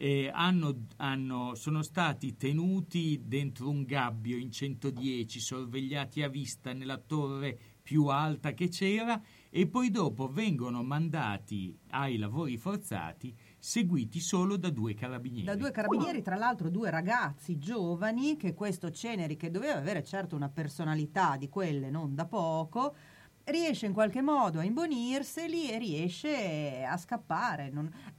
sono stati tenuti dentro un gabbio in 110, sorvegliati a vista nella torre più alta che c'era, e poi dopo vengono mandati ai lavori forzati, seguiti solo da 2 carabinieri. Da 2 carabinieri, tra l'altro 2 ragazzi giovani, che questo Ceneri, che doveva avere certo una personalità di quelle non da poco, riesce in qualche modo a imbonirseli e riesce a scappare.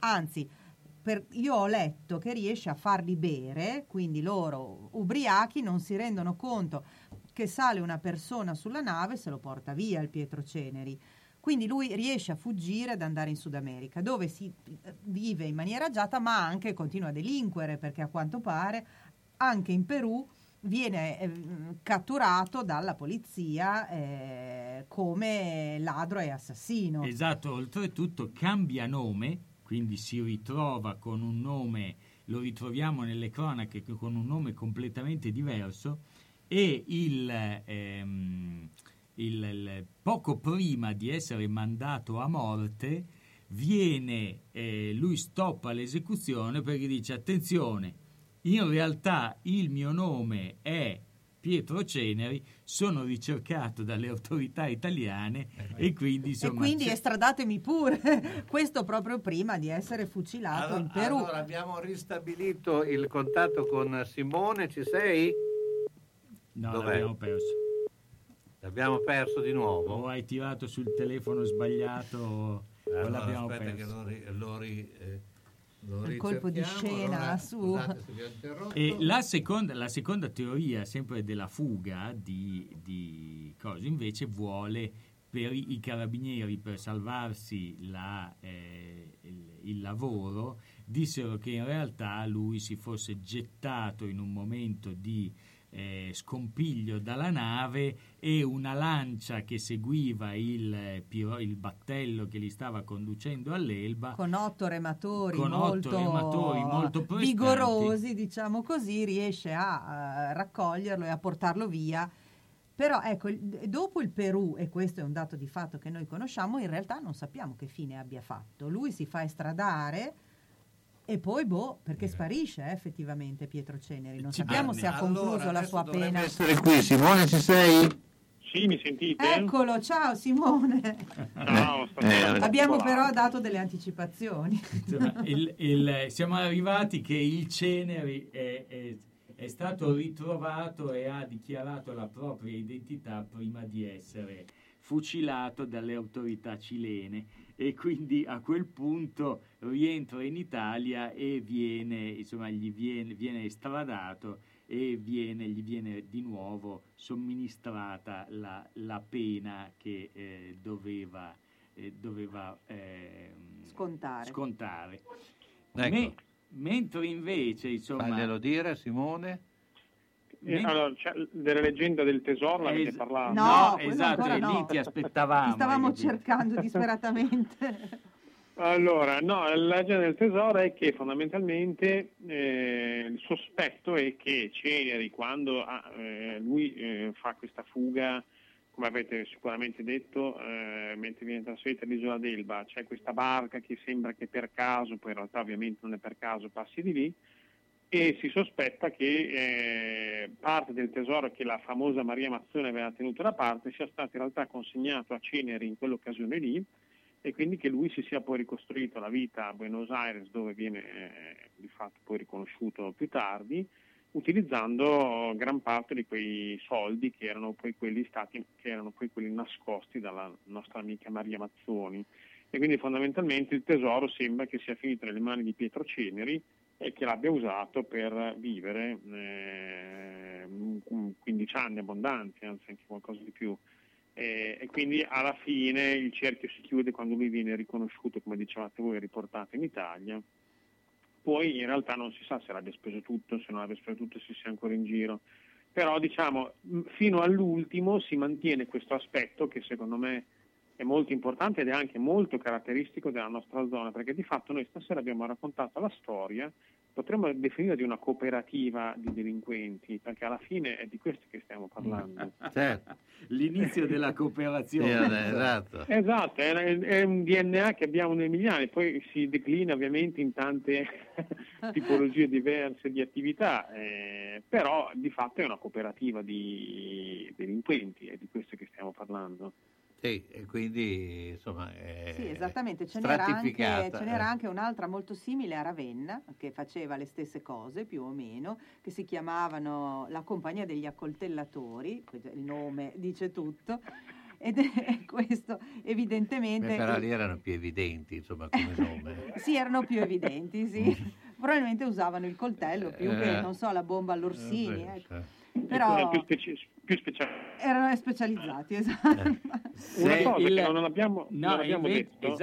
Io ho letto che riesce a farli bere, quindi loro ubriachi non si rendono conto che sale una persona sulla nave e se lo porta via il Pietro Ceneri. Quindi lui riesce a fuggire, ad andare in Sud America, dove si vive in maniera agiata, ma anche continua a delinquere, perché a quanto pare anche in Perù viene catturato dalla polizia come ladro e assassino. Esatto, oltretutto cambia nome, quindi si ritrova con un nome, lo ritroviamo nelle cronache con un nome completamente diverso, e il poco prima di essere mandato a morte lui stoppa l'esecuzione perché dice: attenzione, in realtà il mio nome è Pietro Ceneri, sono ricercato dalle autorità italiane e quindi estradatemi pure. Questo proprio prima di essere fucilato in Perù. Allora abbiamo ristabilito il contatto con Simone, ci sei? No, dov'è? L'abbiamo perso. L'abbiamo perso di nuovo? O hai tirato sul telefono sbagliato o l'abbiamo perso? Che il colpo di scena su. E la seconda teoria, sempre della fuga di cose, invece vuole per i carabinieri, per salvarsi il lavoro, dissero che in realtà lui si fosse gettato in un momento di scompiglio dalla nave e una lancia che seguiva il battello che li stava conducendo all'Elba, con 8 rematori molto vigorosi, diciamo così, riesce a raccoglierlo e a portarlo via. Però ecco, dopo il Perù, e questo è un dato di fatto che noi conosciamo, in realtà non sappiamo che fine abbia fatto. Lui si fa estradare e poi perché sparisce effettivamente Pietro Ceneri. Non sappiamo se ha concluso la sua pena. Essere qui, Simone, ci sei? Sì, mi sentite? Eccolo, ciao Simone. Ciao, abbiamo però dato delle anticipazioni. Siamo arrivati che il Ceneri è stato ritrovato e ha dichiarato la propria identità prima di essere fucilato dalle autorità cilene, e quindi a quel punto rientra in Italia e viene estradato e gli viene di nuovo somministrata la pena che doveva scontare. Ecco. Mentre invece, faglielo dire, Simone. Allora, della leggenda del tesoro l'avete parlato? No, esatto, e lì ti aspettavamo. Ti stavamo cercando disperatamente. Allora, no, la leggenda del tesoro è che fondamentalmente il sospetto è che Ceneri, quando lui fa questa fuga, come avete sicuramente detto, mentre viene trasferita all'isola d'Elba, c'è questa barca che sembra che per caso, poi in realtà ovviamente non è per caso, passi di lì, e si sospetta che parte del tesoro che la famosa Maria Mazzone aveva tenuto da parte sia stato in realtà consegnato a Ceneri in quell'occasione lì, e quindi che lui si sia poi ricostruito la vita a Buenos Aires, dove viene di fatto poi riconosciuto più tardi, utilizzando gran parte di quei soldi che erano poi quelli nascosti dalla nostra amica Maria Mazzoni. E quindi fondamentalmente il tesoro sembra che sia finito nelle mani di Pietro Ceneri e che l'abbia usato per vivere 15 anni abbondanti, anzi anche qualcosa di più. E quindi alla fine il cerchio si chiude quando lui viene riconosciuto, come dicevate voi, e riportato in Italia. Poi in realtà non si sa se l'abbia speso tutto, se non l'abbia speso tutto, se sia ancora in giro. Però diciamo fino all'ultimo si mantiene questo aspetto che secondo me è molto importante ed è anche molto caratteristico della nostra zona, perché di fatto noi stasera abbiamo raccontato la storia, potremmo definire di una cooperativa di delinquenti, perché alla fine è di questo che stiamo parlando. Certo. L'inizio della cooperazione. Esatto, è un DNA che abbiamo noi emiliani, poi si declina ovviamente in tante tipologie diverse di attività, però di fatto è una cooperativa di delinquenti, è di questo che stiamo parlando. Sì, e quindi insomma sì, esattamente, ce n'era anche un'altra molto simile a Ravenna che faceva le stesse cose più o meno, che si chiamavano la Compagnia degli Accoltellatori, il nome dice tutto, ed è questo evidentemente. Però lì erano più evidenti, insomma, come nome. Sì, erano più evidenti, sì. Probabilmente usavano il coltello più che, non so, la bomba all'Orsini. Però più specializzati. Erano specializzati, esatto. Una cosa che non abbiamo detto.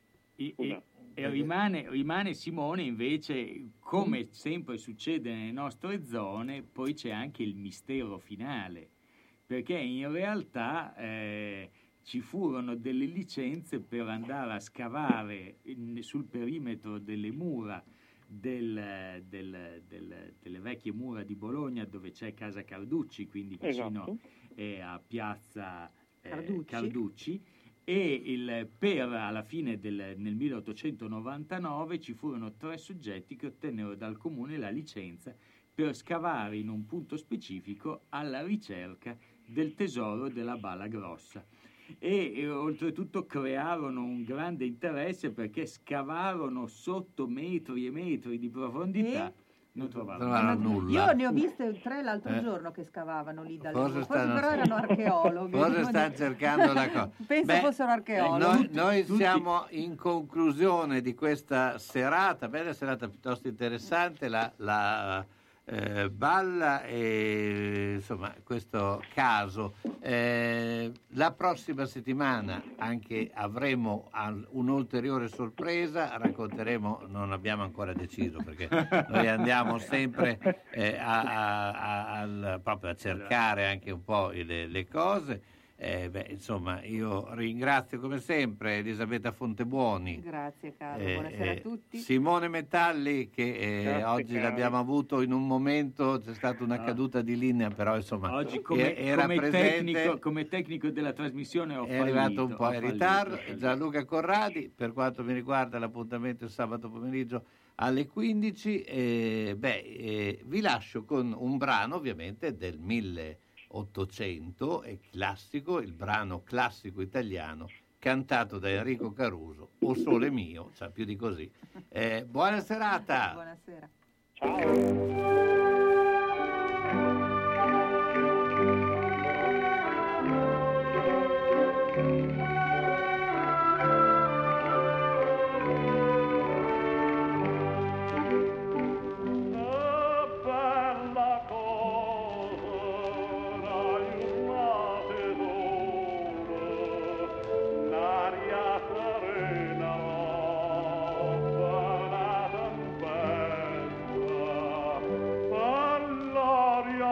Rimane Simone invece, come sempre succede nelle nostre zone, poi c'è anche il mistero finale, perché in realtà ci furono delle licenze per andare a scavare sul perimetro delle mura delle vecchie mura di Bologna, dove c'è Casa Carducci, quindi vicino a piazza Carducci, e alla fine nel 1899 ci furono 3 soggetti che ottennero dal comune la licenza per scavare in un punto specifico alla ricerca del tesoro della Balla Grossa. E oltretutto crearono un grande interesse, perché scavarono metri e metri di profondità, non trovavano nulla. Io ne ho viste 3 l'altro giorno che scavavano lì forse però erano archeologhi. Cosa stanno cercando la cosa? Penso fossero archeologhi. Noi siamo in conclusione di questa serata, bella serata piuttosto interessante, la Balla e insomma questo caso. La prossima settimana anche avremo un'ulteriore sorpresa, racconteremo, non abbiamo ancora deciso perché noi andiamo sempre proprio a cercare anche un po' le cose. Insomma, io ringrazio come sempre Elisabetta Fontebuoni. Grazie Carlo, buonasera a tutti. Simone Metalli, che oggi l'abbiamo avuto in un momento, c'è stata una caduta di linea, però insomma oggi era presente. Come tecnico della trasmissione è arrivato un po' in ritardo. Gianluca Corradi, per quanto mi riguarda l'appuntamento è sabato pomeriggio alle 15. Vi lascio con un brano ovviamente del 1800, è classico, il brano classico italiano cantato da Enrico Caruso, O Sole Mio, cioè più di così. Buona serata. Buonasera. Ciao.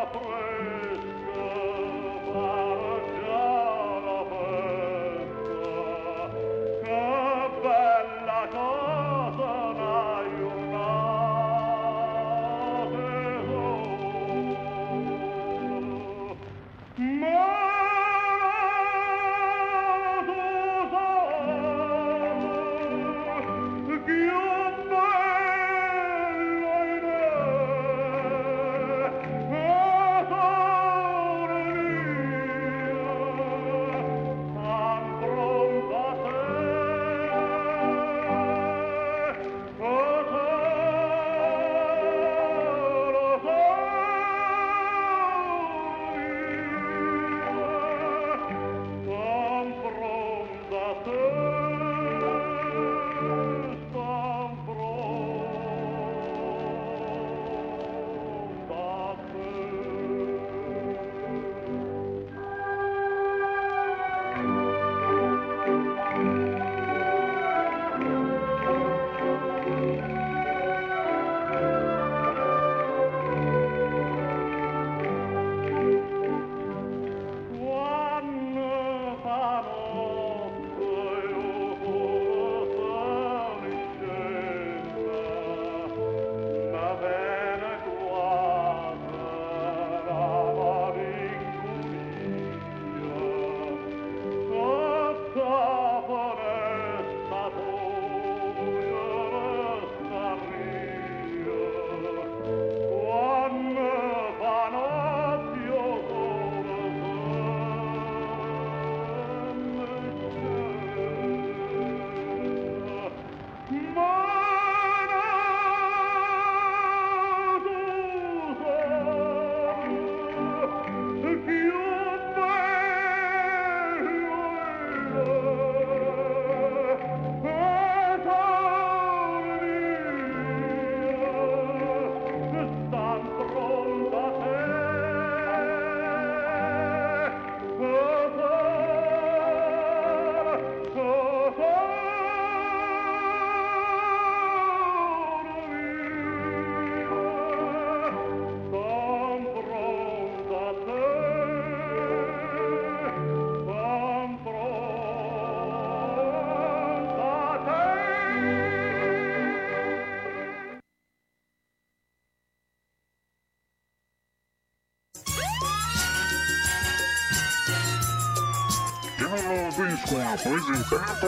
Disco ha presentato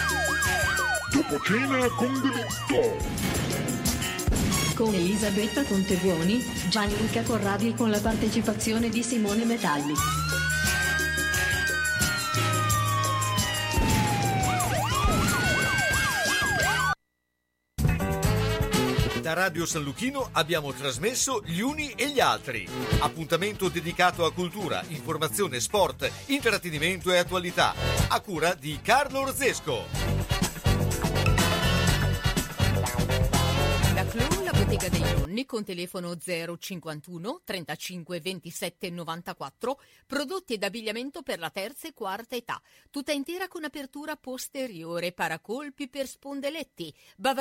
Dopo cena con delitto con Elisabetta Contebuoni, Gianluca Corradi e con la partecipazione di Simone Metalli. Da Radio San Luchino abbiamo trasmesso Gli Uni e gli Altri. Appuntamento dedicato a cultura, informazione, sport, intrattenimento e attualità. A cura di Carlo Orzesco. Da Clou, la bottega dei nonni, con telefono 051 35 27 94, prodotti ed abbigliamento per la terza e quarta età, tutta intera con apertura posteriore, paracolpi per spondeletti,